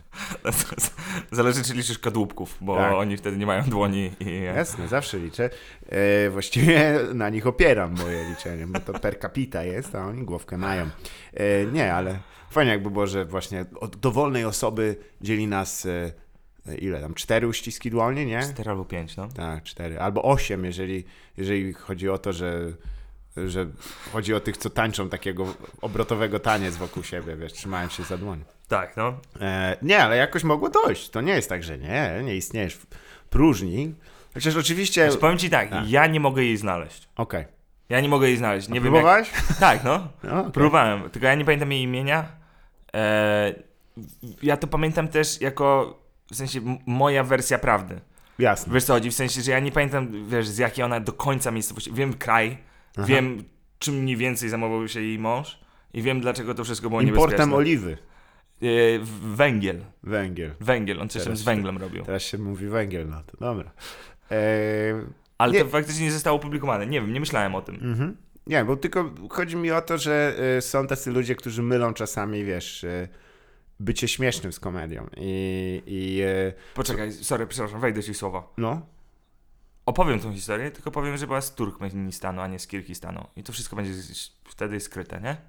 Zależy, czy liczysz kadłubków, bo Tak. oni wtedy nie mają dłoni i... Jasne, zawsze liczę. E, właściwie na nich opieram moje liczenie, bo to per capita jest, a oni głowkę mają. E, nie, ale fajnie jakby było, że właśnie od dowolnej osoby dzieli nas e, ile tam? Cztery uściski dłoni, nie? Cztery albo pięć, no. Tak, cztery. Albo osiem, jeżeli, jeżeli chodzi o to, że, że chodzi o tych, co tańczą takiego obrotowego taniec wokół siebie, wiesz, trzymając się za dłoń. Tak, no. E, nie, ale jakoś mogło dojść. To nie jest tak, że nie, nie istniejesz w próżni. Chociaż oczywiście... Znaczy, powiem ci tak, A. ja nie mogę jej znaleźć. Okej. Ja nie mogę jej znaleźć. Nie wiem jak... Próbowałeś? Tak, no. No, okej. Próbowałem, tylko ja nie pamiętam jej imienia. E, ja to pamiętam też jako, w sensie, m- moja wersja prawdy. Jasne. Wiesz co chodzi? W sensie, że ja nie pamiętam, wiesz, z jakiej ona do końca miejscowości. Wiem kraj, Aha. wiem czym mniej więcej zajmował się jej mąż i wiem dlaczego to wszystko było Importem niebezpieczne. oliwy. E, w- węgiel. Węgiel. Węgiel, on coś tam Teraz z się- węglem robił. Teraz się mówi węgiel, no to dobra. E, Ale nie- to faktycznie nie zostało opublikowane. Nie wiem, nie myślałem o tym. mhm. Nie, bo tylko chodzi mi o to, że y, są tacy ludzie, którzy mylą czasami, wiesz, y, bycie śmiesznym z komedią. I, i y, Poczekaj, sorry, przepraszam, wejdę ci w słowo. no, Opowiem tą historię, tylko powiem, że była z Turkmenistanu, a nie z Kirgistanu. I to wszystko będzie z- wtedy skryte, nie?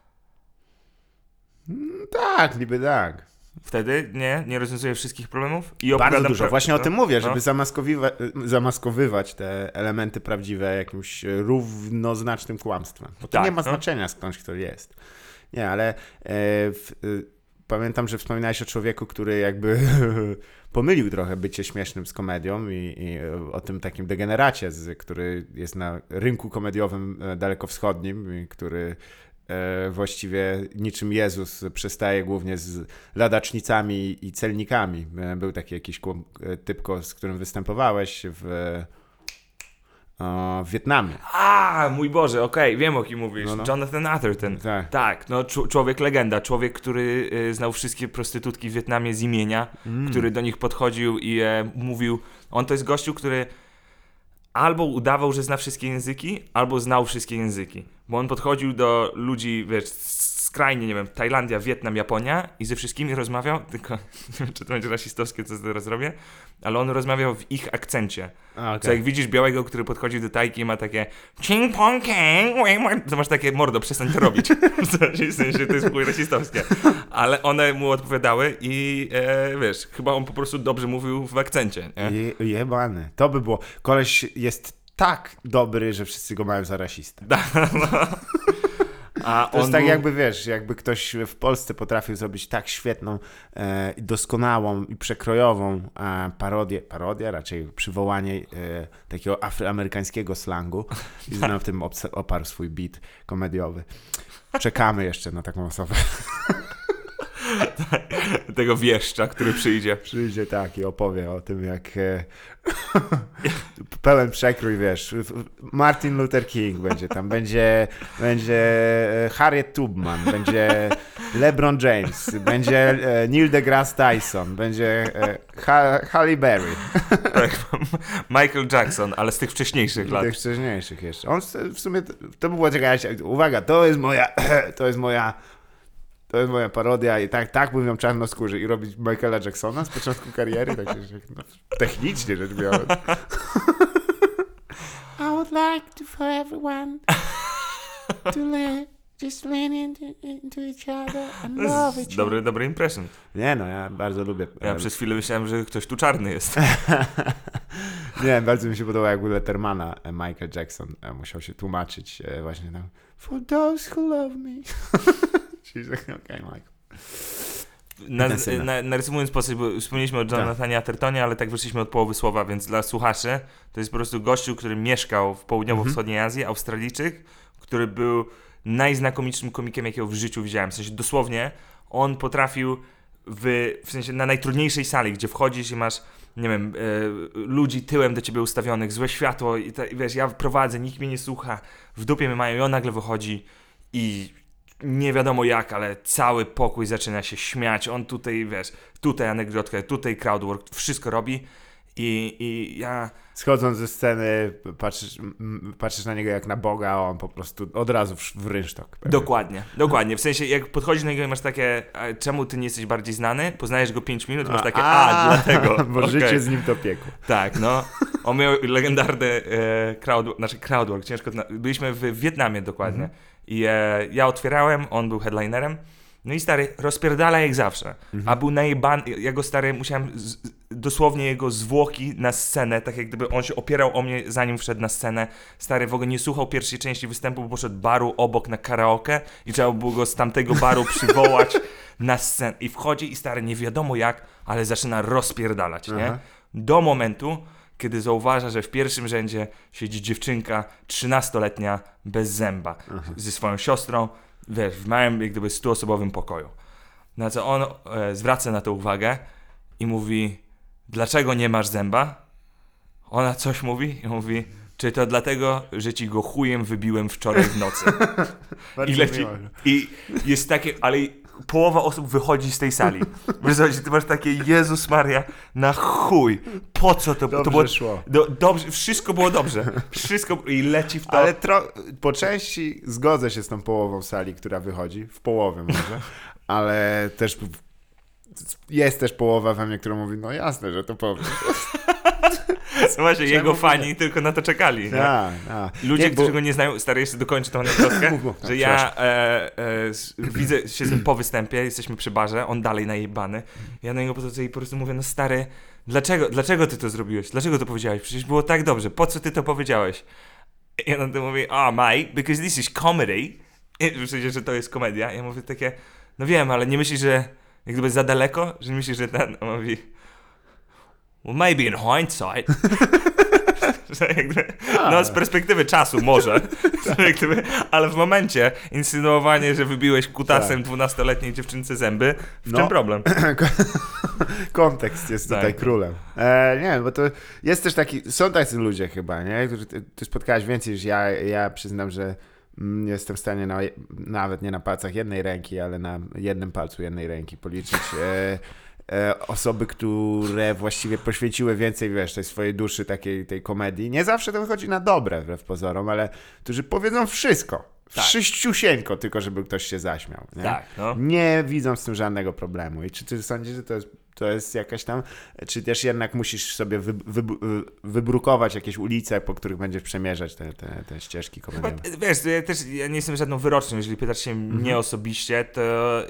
tak, niby tak. Wtedy nie, nie rozwiązuję wszystkich problemów i Bardzo opowiadam dużo. pra- Właśnie o no, tym mówię, no. żeby zamaskowiwa- zamaskowywać te elementy prawdziwe jakimś równoznacznym kłamstwem. Bo to Tak, nie ma no. znaczenia skądś kto jest. Nie, ale e, w, y, pamiętam, że wspominałeś o człowieku, który jakby pomylił trochę bycie śmiesznym z komedią i, i o tym takim degeneracie, z, który jest na rynku komediowym e, dalekowschodnim i który e, właściwie niczym Jezus przystaje głównie z ladacznicami i celnikami. E, Był taki jakiś kłom- e, typko, z którym występowałeś w, e, w Wietnamie. A, mój Boże, okej, wiem o kim mówisz. No, no. Jonathan Atherton. Tak. Tak, no czu- człowiek legenda, człowiek, który y, znał wszystkie prostytutki w Wietnamie z imienia, Mm. który do nich podchodził i e, mówił, on to jest gościu, który albo udawał, że zna wszystkie języki, albo znał wszystkie języki, bo on podchodził do ludzi, wiesz, z, z skrajnie, nie wiem, Tajlandia, Wietnam, Japonia i ze wszystkimi rozmawiał, tylko nie wiem, czy to będzie rasistowskie, co teraz robię, ale on rozmawiał w ich akcencie. A, okay. Co jak widzisz białego, który podchodzi do Tajki i ma takie ching pong keng, to masz takie mordo, przestań to robić. W sensie to jest chuj rasistowskie. Ale one mu odpowiadały i e, wiesz, chyba on po prostu dobrze mówił w akcencie. Nie? Je, jebany. To by było. Koleś jest tak dobry, że wszyscy go mają za rasistę. A to jest on tak był... jakby, wiesz, jakby ktoś w Polsce potrafił zrobić tak świetną e, i doskonałą i przekrojową e, parodię, parodię, raczej przywołanie e, takiego afroamerykańskiego slangu i na tym obs- oparł swój beat komediowy. Czekamy jeszcze na taką osobę. Tego wieszcza, który przyjdzie. Przyjdzie tak i opowie o tym, jak e, pełen przekrój, wiesz, Martin Luther King będzie tam, będzie, będzie Harriet Tubman, będzie LeBron James, będzie e, Neil deGrasse Tyson, będzie e, ha- Halle Berry. Tak, Michael Jackson, ale z tych wcześniejszych lat. Tych wcześniejszych jeszcze. On w sumie, to by było ciekawe, uwaga, to jest moja, to jest moja To jest moja parodia i tak, tak bym ją czarnoskórzy i robić Michaela Jacksona z początku kariery, tak, no, technicznie rzecz biorąc. I would like to for everyone to learn, just lean into, into each other and love each Dobry, other. dobry impression. Nie no, ja bardzo lubię. Ja przez chwilę myślałem, że ktoś tu czarny jest. Nie, bardzo mi się podobało, jak u Lettermana Michael Jackson musiał się tłumaczyć właśnie tam For those who love me. Czyli tak, okej, okay, Michael. Na, na, narysowując postać, bo wspomnieliśmy o Jonathanie Athertonie, ale tak wyszliśmy od połowy słowa, więc dla słuchaczy to jest po prostu gościu, który mieszkał w południowo-wschodniej Azji, Australijczyk, który był najznakomitszym komikiem, jakiego w życiu widziałem. W sensie dosłownie on potrafił w, w sensie na najtrudniejszej sali, gdzie wchodzisz i masz, nie wiem, e, ludzi tyłem do ciebie ustawionych, złe światło i, ta, i wiesz, ja prowadzę, nikt mnie nie słucha, w dupie mnie mają i on nagle wychodzi i nie wiadomo jak, ale cały pokój zaczyna się śmiać, on tutaj, wiesz, tutaj anegdotkę, tutaj crowdwork, wszystko robi i, i ja... Schodząc ze sceny, patrzysz, m, patrzysz na niego jak na Boga, a on po prostu od razu w, w rynsztok. Pewnie. Dokładnie, dokładnie, w sensie jak podchodzisz na niego i masz takie, a czemu ty nie jesteś bardziej znany, poznajesz go pięć minut, masz takie, a, a dlatego. Bo okay. życie z nim to piekło. Tak, no, on miał legendarny e, crowdwork, znaczy crowdwork, ciężko, byliśmy w Wietnamie dokładnie. Mhm. I e, ja otwierałem, on był headlinerem, no i stary, rozpierdala jak zawsze, mhm. a był najebany, ja go stary, musiałem z, dosłownie jego zwłoki na scenę, tak jak gdyby on się opierał o mnie, zanim wszedł na scenę, stary, w ogóle nie słuchał pierwszej części występu, bo poszedł baru obok na karaoke i trzeba było go z tamtego baru przywołać na scenę i wchodzi i stary, nie wiadomo jak, ale zaczyna rozpierdalać, nie? Aha. Do momentu, kiedy zauważa, że w pierwszym rzędzie siedzi dziewczynka trzynastoletnia bez zęba Aha. ze swoją siostrą, wiesz, w małym jak gdyby stuosobowym pokoju. Na co on e, zwraca na to uwagę i mówi, dlaczego nie masz zęba? Ona coś mówi i mówi, czy to dlatego, że ci go chujem wybiłem wczoraj w nocy. I leci, i jest takie, ale połowa osób wychodzi z tej sali. Wiesz, ty masz takie, Jezus Maria, na chuj, po co to, dobrze to było? Szło. Do, dobrze, wszystko było dobrze. Wszystko i leci w to. Ale tro, po części zgodzę się z tą połową sali, która wychodzi, w połowie może, ale też jest też połowa we mnie, która mówi, no jasne, że to powiem. Właśnie, jego fani nie? tylko na to czekali. A, a. Ludzie, nie, którzy bo... go nie znają, stary, jeszcze dokończę tą anegdotkę, że ja e, e, widzę się z nim po występie, jesteśmy przy barze, on dalej najebany. Ja na niego podchodzę i po prostu mówię, no stary, dlaczego, dlaczego ty to zrobiłeś? Dlaczego to powiedziałeś? Przecież było tak dobrze, po co ty to powiedziałeś? I on na to mówi, oh mate, because this is comedy. I w sensie, że to jest komedia. I ja mówię takie, no wiem, ale nie myślisz, że jak gdyby za daleko? Że nie myślisz, że ten, on mówi, well, maybe in hindsight. Że jakby, no z perspektywy czasu może, jakby, ale w momencie insynuowanie, że wybiłeś kutasem dwunastoletniej dziewczynce zęby, w no. czym problem? Kontekst jest tak. tutaj królem. E, nie, bo to jest też taki, są tacy ludzie chyba, nie? Którzy ty, ty spotkałeś więcej niż ja. Ja przyznam, że mm, jestem w stanie na, nawet nie na palcach jednej ręki, ale na jednym palcu jednej ręki policzyć e, E, osoby, które właściwie poświęciły więcej, wiesz, tej swojej duszy takiej tej komedii. Nie zawsze to wychodzi na dobre, wbrew pozorom, ale którzy powiedzą wszystko. Tak. Wszyściusieńko, tylko żeby ktoś się zaśmiał. Nie? Tak, no. Nie widzą z tym żadnego problemu. I czy ty sądzisz, że to jest, to jest jakaś tam, czy też jednak musisz sobie wy, wy, wybrukować jakieś ulice, po których będziesz przemierzać te, te, te ścieżki Chyba, komediowe? wiesz, ja też ja nie jestem żadną wyrocznią, jeżeli pytasz się Mhm. mnie osobiście, to e,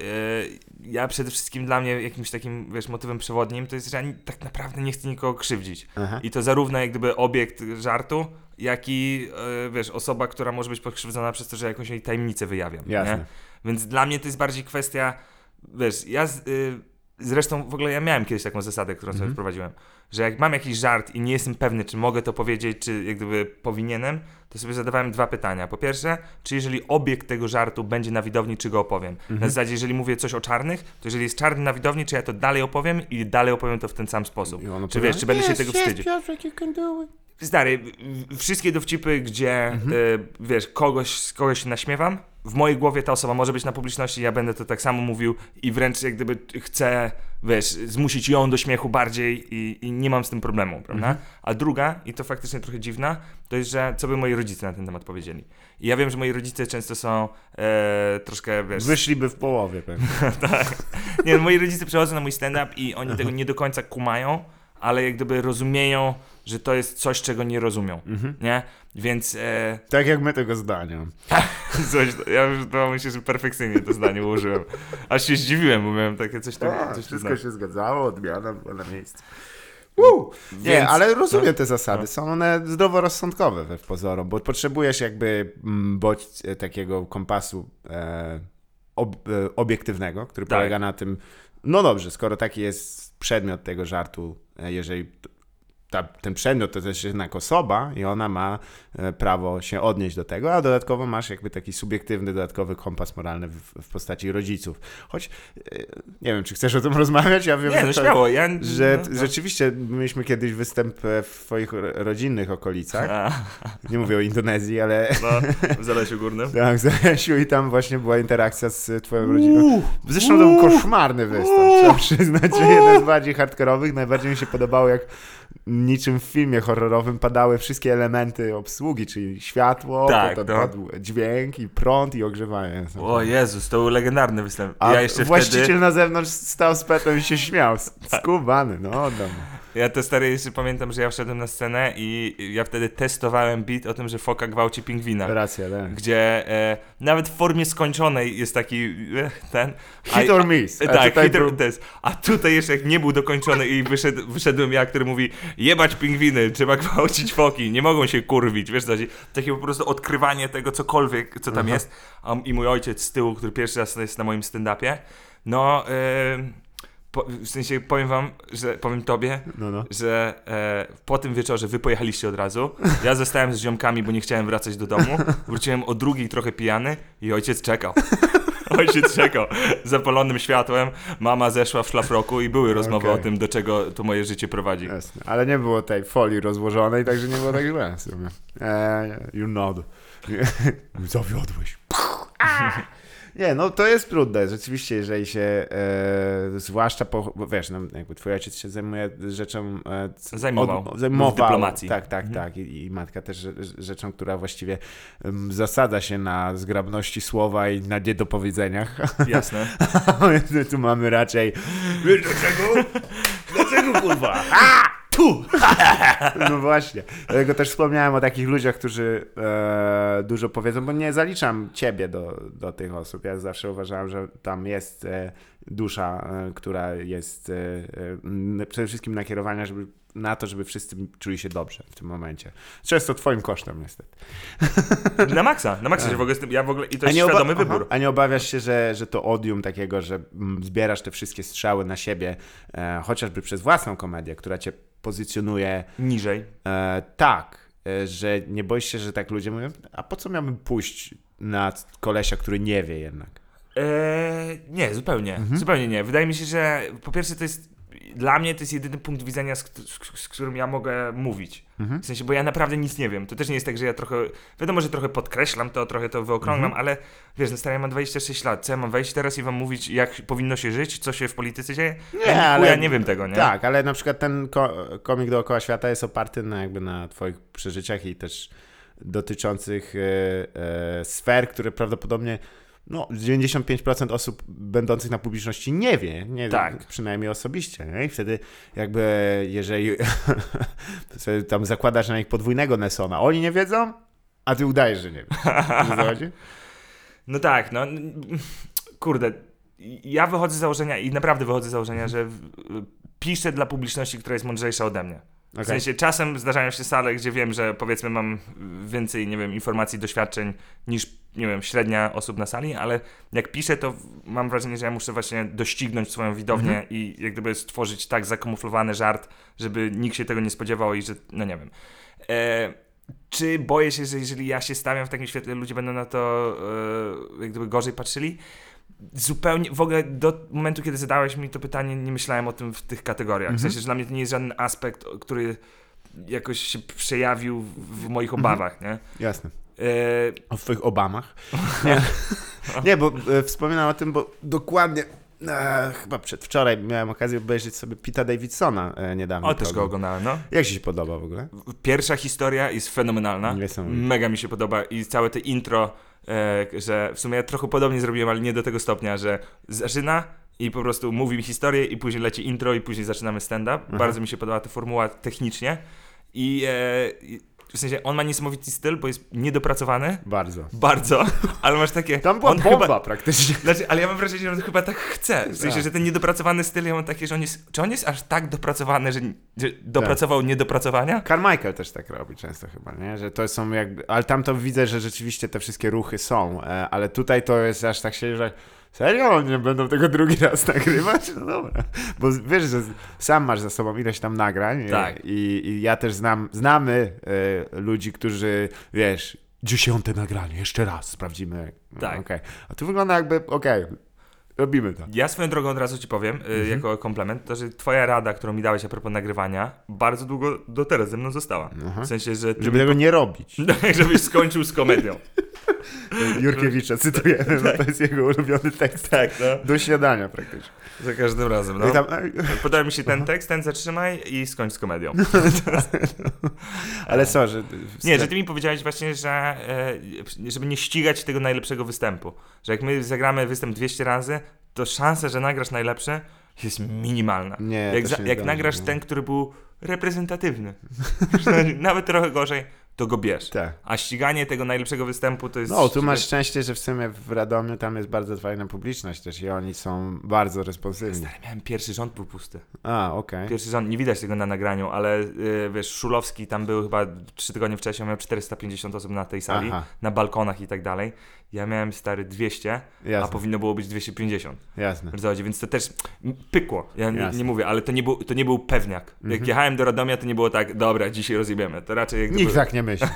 ja przede wszystkim dla mnie jakimś takim, wiesz, motywem przewodnim to jest, że ja tak naprawdę nie chcę nikogo krzywdzić. Aha. I to zarówno jak gdyby obiekt żartu, jak i, e, wiesz, osoba, która może być pokrzywdzona przez to, że jakąś jej tajemnicę wyjawiam. Jasne. Nie? Więc dla mnie to jest bardziej kwestia, wiesz, ja z, y, zresztą w ogóle ja miałem kiedyś taką zasadę, którą sobie Mhm. wprowadziłem, że jak mam jakiś żart i nie jestem pewny, czy mogę to powiedzieć, czy jak gdyby powinienem, to sobie zadawałem dwa pytania. Po pierwsze, czy jeżeli obiekt tego żartu będzie na widowni, czy go opowiem. Mhm. Na zasadzie, jeżeli mówię coś o czarnych, to jeżeli jest czarny na widowni, czy ja to dalej opowiem i dalej opowiem to w ten sam sposób. I ono Czy wiesz, czy będę się Yes, tego yes, wstydził. Piotrek, you can do it. Stary, w- wszystkie dowcipy, gdzie Mhm. y, wiesz, kogoś, z kogoś się naśmiewam, w mojej głowie ta osoba może być na publiczności, ja będę to tak samo mówił i wręcz jak gdyby chcę, wiesz, zmusić ją do śmiechu bardziej i, i nie mam z tym problemu, prawda? Mhm. A druga, i to faktycznie trochę dziwna, to jest, że co by moi rodzice na ten temat powiedzieli. I ja wiem, że moi rodzice często są e, troszkę, wiesz... Wyszliby w połowie pewnie. tak. Nie, no, moi rodzice przychodzą na mój stand-up i oni tego nie do końca kumają, ale jak gdyby rozumieją, że to jest coś, czego nie rozumią, Mhm. nie? Więc e, Tak jak my tego zdania. coś, ja już wydawało mi się, że perfekcyjnie to zdanie ułożyłem. Aż się zdziwiłem, bo miałem takie coś tu, A, coś tu wszystko znać. się zgadzało, odmiana była na miejscu. Woo! Nie, Więc- ale rozumiem no, te zasady. no. Są one zdroworozsądkowe we pozorom, bo potrzebujesz jakby mm, bodź, e, takiego kompasu e, ob, e, obiektywnego, który Tak. polega na tym, no dobrze, skoro taki jest przedmiot tego żartu, e, jeżeli t- ta, ten przedmiot to też jednak osoba i ona ma e, prawo się odnieść do tego, a dodatkowo masz jakby taki subiektywny, dodatkowy kompas moralny w, w postaci rodziców. Choć e, nie wiem, czy chcesz o tym rozmawiać? Ja wiem, Nie, że no to, śmiało, ja... że no, no. rzeczywiście mieliśmy kiedyś występ e, w twoich ro- rodzinnych okolicach. A, Nie mówię o Indonezji, ale no, w Zalesiu Górnym. tak, w Zalesiu i tam właśnie była interakcja z twoją rodziną. Zresztą to był koszmarny występ. Trzeba przyznać, że jeden z bardziej hardkorowych. Najbardziej mi się podobało, jak niczym w filmie horrorowym padały wszystkie elementy obsługi, czyli światło, Tak, potem no. padł dźwięk i prąd i ogrzewanie. O Jezus, to był legendarny występ. A ja jeszcze właściciel wtedy... na zewnątrz stał z petem i się śmiał. Skubany, no oddam. Ja to stary jeszcze pamiętam, że ja wszedłem na scenę i ja wtedy testowałem beat o tym, że foka gwałci pingwina. Racja, tak. Gdzie e, nawet w formie skończonej jest taki e, ten... Hit or miss. A Tak, tutaj hit or był- miss. A tutaj jeszcze jak nie był dokończony i wyszedł, wyszedłem ja, który mówi jebać pingwiny, trzeba gwałcić foki, nie mogą się kurwić, wiesz co chodzi? Takie po prostu odkrywanie tego cokolwiek, co tam Aha. jest. A, I mój ojciec z tyłu, który pierwszy raz jest na moim stand-upie, no... E, po, w sensie powiem wam, że powiem tobie, No, no. że e, po tym wieczorze wy pojechaliście od razu. Ja zostałem z ziomkami, bo nie chciałem wracać do domu. Wróciłem o drugiej trochę pijany i ojciec czekał. Ojciec czekał zapalonym światłem, mama zeszła w szlafroku i były rozmowy Okej. o tym, do czego to moje życie prowadzi. Jasne. Ale nie było tej folii rozłożonej, także nie było tak źle w sumie. Eee, you nod. Zawiodłeś. Nie, no to jest trudne. Rzeczywiście, jeżeli się, e, zwłaszcza po, bo wiesz, no, jakby twój ojciec się zajmuje rzeczą... E, c- Zajmował. Od, zajmował. W dyplomacji. Tak, tak, Mhm. tak. I, I matka też rze- rzeczą, która właściwie um, zasadza się na zgrabności słowa i na niedopowiedzeniach. Jasne. My tu mamy raczej... Wiesz dlaczego? Dlaczego, kurwa? A! Tu! No właśnie. Dlatego też wspomniałem o takich ludziach, którzy e, dużo powiedzą, bo nie zaliczam ciebie do, do tych osób. Ja zawsze uważałem, że tam jest e, dusza, e, która jest e, e, przede wszystkim nakierowana żeby, na to, żeby wszyscy czuli się dobrze w tym momencie. Często twoim kosztem niestety. Na maksa, na maksa się w ogóle z tym, ja w ogóle, i to A jest nie oba- świadomy aha. wybór. A nie obawiasz się, że, że to odium takiego, że mm, zbierasz te wszystkie strzały na siebie, e, chociażby przez własną komedię, która cię pozycjonuje Niżej. e, tak, e, że nie boisz się, że tak ludzie mówią, a po co miałbym pójść na kolesia, który nie wie jednak? Eee, nie, zupełnie. Mhm. Zupełnie nie. Wydaje mi się, że po pierwsze to jest dla mnie to jest jedyny punkt widzenia, z, kt- z, z którym ja mogę mówić. Mhm. W sensie, bo ja naprawdę nic nie wiem. To też nie jest tak, że ja trochę, wiadomo, że trochę podkreślam to, trochę to wyokrąglam, Mhm. ale wiesz, no stary, ja mam dwadzieścia sześć lat. Co ja mam wejść teraz i wam mówić, jak powinno się żyć, co się w polityce dzieje? Nie, ja ale- ja nie wiem tego, nie? Tak, ale na przykład ten ko- komik dookoła świata jest oparty na jakby na twoich przeżyciach i też dotyczących e, e, sfer, które prawdopodobnie no, dziewięćdziesiąt pięć procent osób będących na publiczności nie wie, nie Tak. przynajmniej osobiście. Nie? I wtedy jakby jeżeli sobie tam zakładasz na nich podwójnego Nelsona, oni nie wiedzą, a ty udajesz, że nie wiesz. Wiesz, o co chodzi? No tak, no kurde, ja wychodzę z założenia i naprawdę wychodzę z założenia, że w, piszę dla publiczności, która jest mądrzejsza ode mnie. W Okay. sensie czasem zdarzają się sale, gdzie wiem, że powiedzmy mam więcej, nie wiem, informacji, doświadczeń niż, nie wiem, średnia osób na sali, ale jak piszę, to mam wrażenie, że ja muszę właśnie doścignąć swoją widownię Mhm. i jak gdyby stworzyć tak zakamuflowany żart, żeby nikt się tego nie spodziewał i że, no nie wiem. E, czy boję się, że jeżeli ja się stawiam w takim świetle, ludzie będą na to e, jak gdyby gorzej patrzyli? Zupełnie, w ogóle do momentu, kiedy zadałeś mi to pytanie, nie myślałem o tym w tych kategoriach. Mhm. W sensie, że dla mnie to nie jest żaden aspekt, który jakoś się przejawił w, w moich obawach, nie? Jasne. E, O twoich Obamach. Nie, nie bo e, wspominam o tym, bo dokładnie e, chyba przedwczoraj miałem okazję obejrzeć sobie Pita Davidsona e, niedawno. o, też go program. oglądałem, no. Jak ci się podoba w ogóle? Pierwsza historia jest fenomenalna. Niesamowite. Mega mi się podoba i całe te intro, e, że w sumie ja trochę podobnie zrobiłem, ale nie do tego stopnia, że zaczyna i po prostu mówi mi historię i później leci intro i później zaczynamy stand-up. Aha. Bardzo mi się podoba ta formuła technicznie i e, i w sensie on ma niesamowity styl, bo jest niedopracowany. Bardzo. Bardzo, ale masz takie... Tam była on bomba chyba, praktycznie. znaczy, ale ja mam wrażenie, że on chyba tak chce. W sensie, Tak. że ten niedopracowany styl, ja mam takie, że on jest... Czy on jest aż tak dopracowany, że, że dopracował niedopracowania? Carmichael też tak robi często chyba, nie? Że to są jakby... Ale tam to widzę, że rzeczywiście te wszystkie ruchy są, e, ale tutaj to jest aż tak się, że serio? Oni nie będą tego drugi raz nagrywać? No dobra. Bo wiesz, że sam masz za sobą ileś tam nagrań Tak. i, i ja też znam, znamy e, ludzi, którzy, wiesz, dziesiąte nagranie, jeszcze raz sprawdzimy. No, Tak. Okay. A tu wygląda jakby, okej, okay, robimy to. Ja swoją drogą od razu ci powiem, y, jako komplement, to, że twoja rada, którą mi dałeś a propos nagrywania, bardzo długo do teraz ze mną została. Aha. W sensie, że... Ty Żeby tego nie robić. żebyś skończył z komedią. Jurkiewicza cytujemy, bo to jest jego ulubiony tekst. Tak, no. Do śniadania praktycznie. Za każdym razem, No. no. I tam, Podoba mi się ten tekst, ten zatrzymaj i skończ z komedią. ale co, że... Nie, że ty mi powiedziałeś właśnie, że e, żeby nie ścigać tego najlepszego występu. Że jak my zagramy występ dwieście razy, to szansa, że nagrasz najlepszy jest minimalna. Nie, jak to za, się nie jak zdarza, nagrasz no. ten, który był reprezentatywny, nawet trochę gorzej, to go bierz. Tak. A ściganie tego najlepszego występu to jest... No, tu masz szczęście, że w sumie w Radomiu tam jest bardzo fajna publiczność też i oni są bardzo responsywni. Stary, miałem pierwszy rząd był pusty. A, okej. Pierwszy rząd, nie widać tego na nagraniu, ale yy, wiesz, Szulowski tam był chyba trzy tygodnie wcześniej, miał czterysta pięćdziesiąt osób na tej sali, Aha. na balkonach i tak dalej. Ja miałem, stary, dwieście, a Jasne, powinno było być dwieście pięćdziesiąt. jasne. Wiesz co chodzi, więc to też pykło. Ja nie, Jasne. nie mówię, ale to nie był, to nie był pewniak. Jak Mhm. jechałem do Radomia, to nie było tak, dobra, dzisiaj rozjebiemy. To raczej jak Nikt gdyby... tak nie myśli.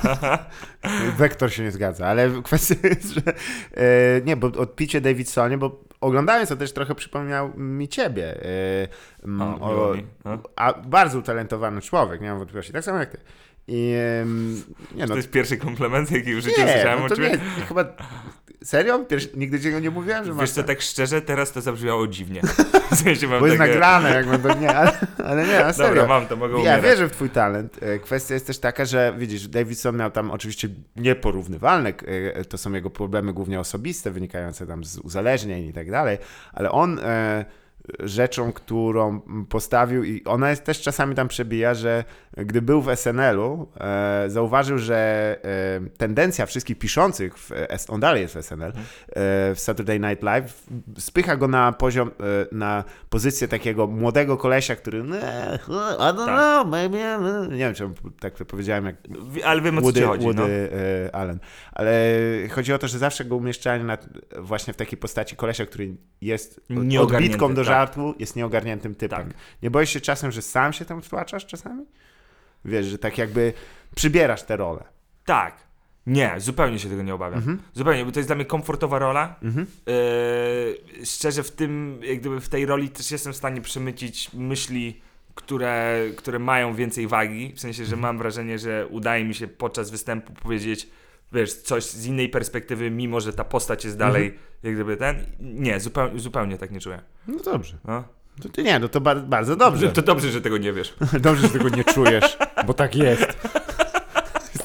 Wektor się nie zgadza, ale kwestia jest, że e, nie, bo o Picie Davidsonie, bo oglądając to też trochę przypomniał mi ciebie. E, m, O, o, miło mi, no. a bardzo utalentowany człowiek, nie mam wątpliwości, tak samo jak ty. I em, nie no, To jest pierwszy komplement, jaki w życiu nie, słyszałem no o to ciebie. nie, chyba serio? Pierwszy, nigdy cię nie mówiłem, że masz Wiesz co, tak szczerze, teraz to zabrzmiało dziwnie. W sensie mam bo jest takie... nagrane, jak będę, nie, ale, ale nie, na serio. Dobra, mam to, mogę Ja umierać. wierzę w twój talent. E, Kwestia jest też taka, że widzisz, Davidson miał tam oczywiście nieporównywalne, e, to są jego problemy głównie osobiste, wynikające tam z uzależnień i tak dalej, ale on e, rzeczą, którą postawił i ona jest też czasami tam przebija, że gdy był w S N L-u, e, zauważył, że e, tendencja wszystkich piszących, w S- on dalej jest w S N L, e, w Saturday Night Live, spycha go na poziom, e, na pozycję takiego młodego kolesia, który "Eh, I don't Tak. know, maybe, nie wiem, czy tak to powiedziałem, jak Wi- Ale wiem o co Woody, ci chodzi, Woody no. e, Allen. Ale chodzi o to, że zawsze go umieszczali na, właśnie w takiej postaci kolesia, który jest Nieogarnięty, odbitką do tak. żartu, jest nieogarniętym typem. Tak. Nie boisz się czasem, że sam się tam wtłaczasz czasami? Wiesz, że tak jakby przybierasz tę rolę. Tak. Nie, zupełnie się tego nie obawiam. Mhm. Zupełnie, bo to jest dla mnie komfortowa rola. Mhm. Yy, szczerze w tym, jak gdyby w tej roli też jestem w stanie przemycić myśli, które, które mają więcej wagi. W sensie, że mam wrażenie, że udaje mi się podczas występu powiedzieć, wiesz, coś z innej perspektywy, mimo że ta postać jest dalej, Mhm. jak gdyby ten. Nie, zupełnie, zupełnie tak nie czuję. No dobrze. No. To ty nie, no to bar- bardzo dobrze. To dobrze, że tego nie wiesz. Dobrze, że tego nie czujesz, bo tak jest. Jesteś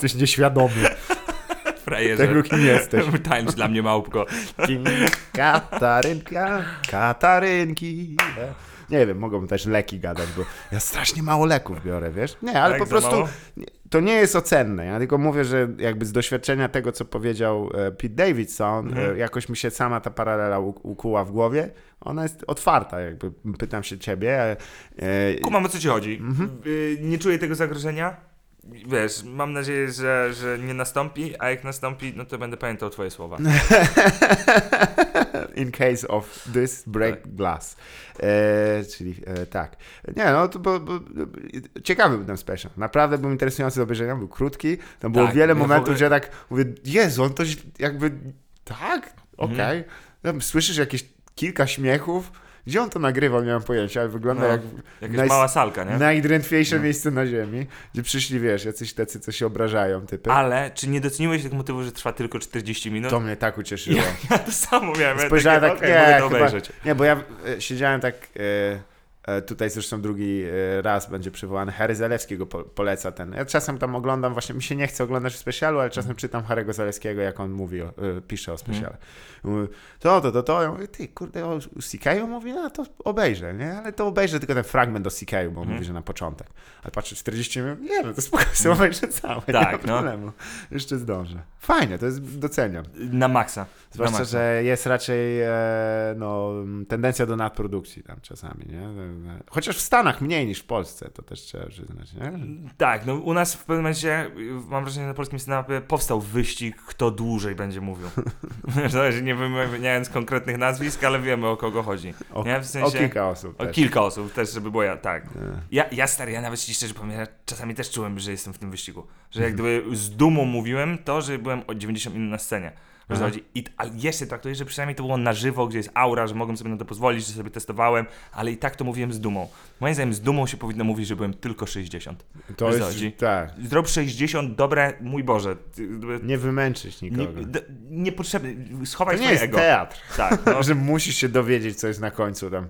jesteś nieświadomy Frajerze. tego, kim jesteś. Tańcz dla mnie, małpko. Katarynka, Katarynki. Nie wiem, mogą też leki gadać, bo ja strasznie mało leków biorę, wiesz? Nie, ale Tak, po za prostu mało? nie, to nie jest ocenne. Ja tylko mówię, że jakby z doświadczenia tego, co powiedział e, Pete Davidson, Mhm. e, jakoś mi się sama ta paralela u, ukuła w głowie. Ona jest otwarta, jakby pytam się ciebie. E, e, Kumam, o co ci chodzi. Mhm. Y, Nie czuję tego zagrożenia. Wiesz, mam nadzieję, że, że nie nastąpi, a jak nastąpi, no to będę pamiętał twoje słowa. In case of this, break Tak. glass. E, czyli e, tak. Nie, no to bo, bo, ciekawy był ten special. Naprawdę był interesujący do obejrzenia, był krótki. Tam było Tak, wiele ja w momentów, ogóle- gdzie tak mówię, Jezu, on to źle- jakby, tak? Okej. Mhm. Tam Słyszysz jakieś kilka śmiechów. Gdzie on to nagrywał, nie mam pojęcia, ale wygląda No, jak Jakaś naj- mała salka, nie? najdrętwiejsze No. miejsce na ziemi, gdzie przyszli, wiesz, jacyś tacy, co się obrażają, typy. Ale czy nie doceniłeś tego motywu, że trwa tylko czterdzieści minut? To mnie tak ucieszyło. Ja, ja to samo miałem. Ja Spojrzałem takie, tak, okej, nie, mogę to chyba- obejrzeć. Nie, bo ja e, siedziałem tak, e, e, tutaj zresztą drugi e, raz będzie przywołany, Harry Zalewski go po, poleca ten. Ja czasem tam oglądam, właśnie mi się nie chce oglądać w specjalu, ale czasem czytam Harry'ego Zalewskiego, jak on mówi, o, e, pisze o specjale. Mówi, to, to, to, to. Ja mówię, ty, kurde, o C K mówi, no to obejrzę, nie? Ale to obejrzę tylko ten fragment o C K, bo on Mhm. mówi, że na początek. Ale patrzę, czterdzieści minut, nie no, to spokojnie, obejrzę całe, nie Tak, ma no. problemu. Jeszcze zdążę. Fajnie, to jest, doceniam. Na maksa. Na Zwłaszcza, maksa. że jest raczej e, no, tendencja do nadprodukcji tam czasami, nie? Chociaż w Stanach mniej niż w Polsce, to też trzeba przyznać, nie? Tak, no u nas w pewnym momencie, y, mam wrażenie, na polskim stand-upie powstał wyścig, kto dłużej będzie mówił. Że nie wymieniając konkretnych nazwisk, ale wiemy, o kogo chodzi. O, Nie? W sensie, o kilka osób O też. kilka osób też, żeby było ja, tak. Nie. Ja, ja stary, ja nawet ci szczerze powiem, ja czasami też czułem, że jestem w tym wyścigu. Że jak Mhm. gdyby z dumą mówiłem to, że byłem o dziewięćdziesiąt minut na scenie. Wiesz, Aha. co chodzi? I, ale jeszcze traktuję, że przynajmniej to było na żywo, gdzie jest aura, że mogłem sobie na to pozwolić, że sobie testowałem, ale i tak to mówiłem z dumą. Moim zdaniem z dumą się powinno mówić, że byłem tylko sześćdziesiąt. To Wiesz, co jest, chodzi? tak, Zrób sześćdziesiąt, dobre, mój Boże. ty- gdyby- nie wymęczyć Nie, nikogo. d- niepotrzebny, To schowaj nie swoje jest ego. teatr, Tak, no. że musisz się dowiedzieć, co jest na końcu tam.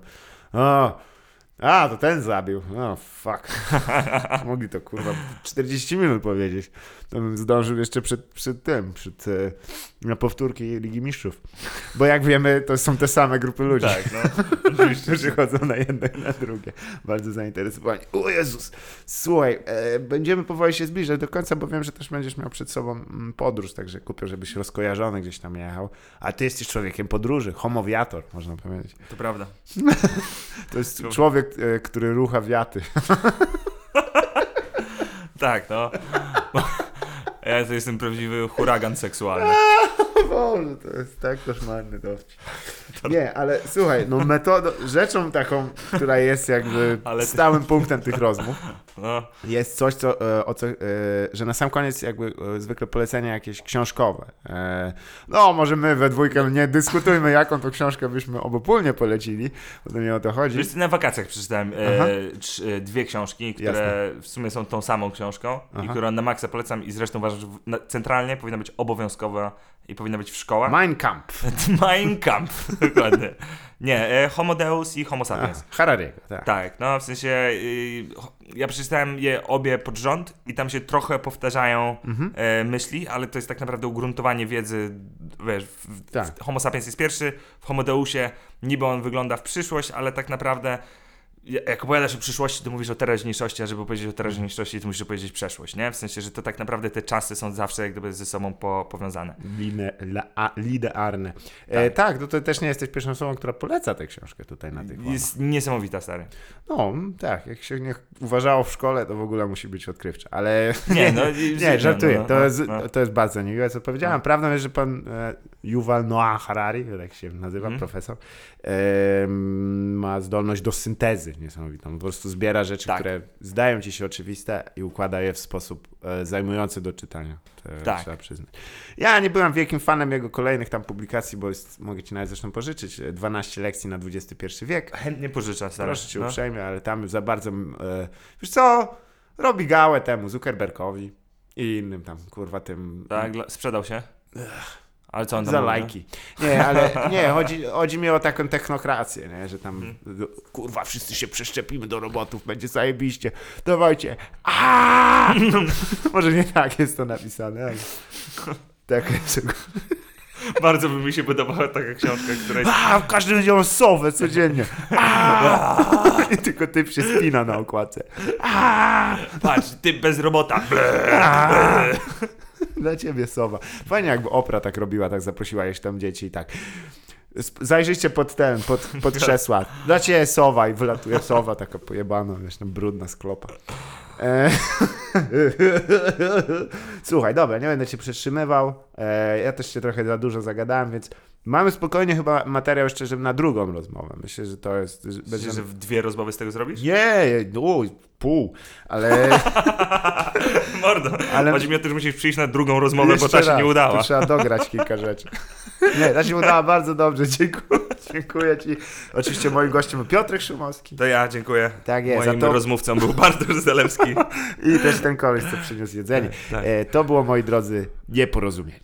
O, a, to ten zabił. O, fuck. Mogli to, kurwa, czterdzieści minut powiedzieć. To bym zdążył jeszcze przed, przed tym, przed, e, na powtórki Ligi Mistrzów. Bo jak wiemy, to są te same grupy ludzi, Tak, no. którzy chodzą na jedno i na drugie. Bardzo zainteresowani. O Jezus! Słuchaj, e, będziemy powoli się zbliżać do końca, bo wiem, że też będziesz miał przed sobą mm, podróż, także kupię, żebyś rozkojarzony gdzieś tam jechał. A ty jesteś człowiekiem podróży, homowiator, można powiedzieć. To prawda. To jest człowiek, e, który rucha wiaty. Tak, no. Ja to jestem prawdziwy huragan seksualny. Boże, to jest tak koszmarny dowcip. Nie, ale słuchaj, no metodą, rzeczą taką, która jest jakby Ale ty- stałym punktem tych rozmów, No. jest coś, co, e, o co, e, że na sam koniec jakby e, zwykle polecenia jakieś książkowe. E, No, może my we dwójkę nie dyskutujmy, jaką to książkę byśmy obopólnie polecili, bo to nie o to chodzi. Wiesz, na wakacjach przeczytałem Aha. e, trz, e, dwie książki, które w sumie są tą samą książką i Aha. którą na maksa polecam i zresztą uważam, że w- na, centralnie powinna być obowiązkowa i powinna być w szkołach. Mein Kampf. Mein Kampf, dokładnie. Nie, e, Homo Deus i Homo Sapiens. Ach, Harariego, tak. Tak, no w sensie y, ja przeczytałem je obie pod rząd i tam się trochę powtarzają Mhm. e, myśli, ale to jest tak naprawdę ugruntowanie wiedzy, wiesz, w, w, Tak. w Homo sapiens jest pierwszy, w Homo Deusie niby on wygląda w przyszłość, ale tak naprawdę jak opowiadasz o przyszłości, to mówisz o teraźniejszości, a żeby powiedzieć o teraźniejszości, to musisz opowiedzieć przeszłość, nie? W sensie, że to tak naprawdę te czasy są zawsze jak gdyby ze sobą po, powiązane. Line, la, a, linearne. E, tak, to, to też nie jesteś pierwszą osobą, która poleca tę książkę tutaj na tych łamach. Jest niesamowita, stary. No, tak, jak się nie uważało w szkole, to w ogóle musi być odkrywcze, ale Nie, no, nie, żartuję, no, no, to, jest, no. to jest bardzo niemiłe, co powiedziałem. No. Prawdą jest, że pan e, Yuval Noah Harari, tak się nazywa, Mhm. profesor, e, ma zdolność do syntezy niesamowitą. Po prostu zbiera rzeczy, Tak. które zdają ci się oczywiste i układa je w sposób e, zajmujący do czytania. To Tak. trzeba przyznać. Ja nie byłem wielkim fanem jego kolejnych tam publikacji, bo jest, mogę ci nawet zresztą pożyczyć, dwanaście lekcji na dwudziesty pierwszy wiek. Chętnie pożyczam, stary. Proszę cię no. uprzejmie, ale tam za bardzo, e, wiesz co, robi gałę temu Zuckerbergowi i innym tam, kurwa, tym... Tak, dla- sprzedał się? Ale co on tam Za mówi, lajki. Nie, ale nie, chodzi, chodzi mi o taką technokrację, nie? Że tam kurwa, wszyscy się przeszczepimy do robotów, będzie zajebiście. Dawajcie. Aaaa! Może nie tak jest to napisane, ale tak jest. Bardzo by mi się podobała taka książka, która jest... A, każdy będzie miał sowę codziennie. Aaaa! I tylko typ się spina na okładce. Aaaa! Patrz, ty bez robota. Dla ciebie sowa. Fajnie jakby Opra tak robiła, tak zaprosiła jeś tam dzieci i tak. Sp- Zajrzyjcie pod ten, pod, pod krzesła. Dla ciebie sowa i wylatuje sowa taka pojebana, wiesz, tam brudna sklopa. E... Słuchaj, dobra, nie będę cię przetrzymywał. E, ja też się trochę za dużo zagadałem, więc mamy spokojnie chyba materiał jeszcze żeby na drugą rozmowę. Myślę, że to jest... że Myślisz, że w dwie rozmowy z tego zrobisz? Nie, no, pół, ale... Mordo, Ale- chodzi mi o to, że musisz przyjść na drugą rozmowę, bo ta Jeszcze się nie raz, udała. To trzeba dograć kilka rzeczy. Nie, ta się udała bardzo dobrze, dziękuję, dziękuję ci. Oczywiście moim gościem był Piotrek Szumowski. To ja, dziękuję. Tak jest, Moim a to- rozmówcą był Bartosz Zalewski. I też ten koleś, co przyniósł jedzenie. Tak. E, to było, moi drodzy, nieporozumienie.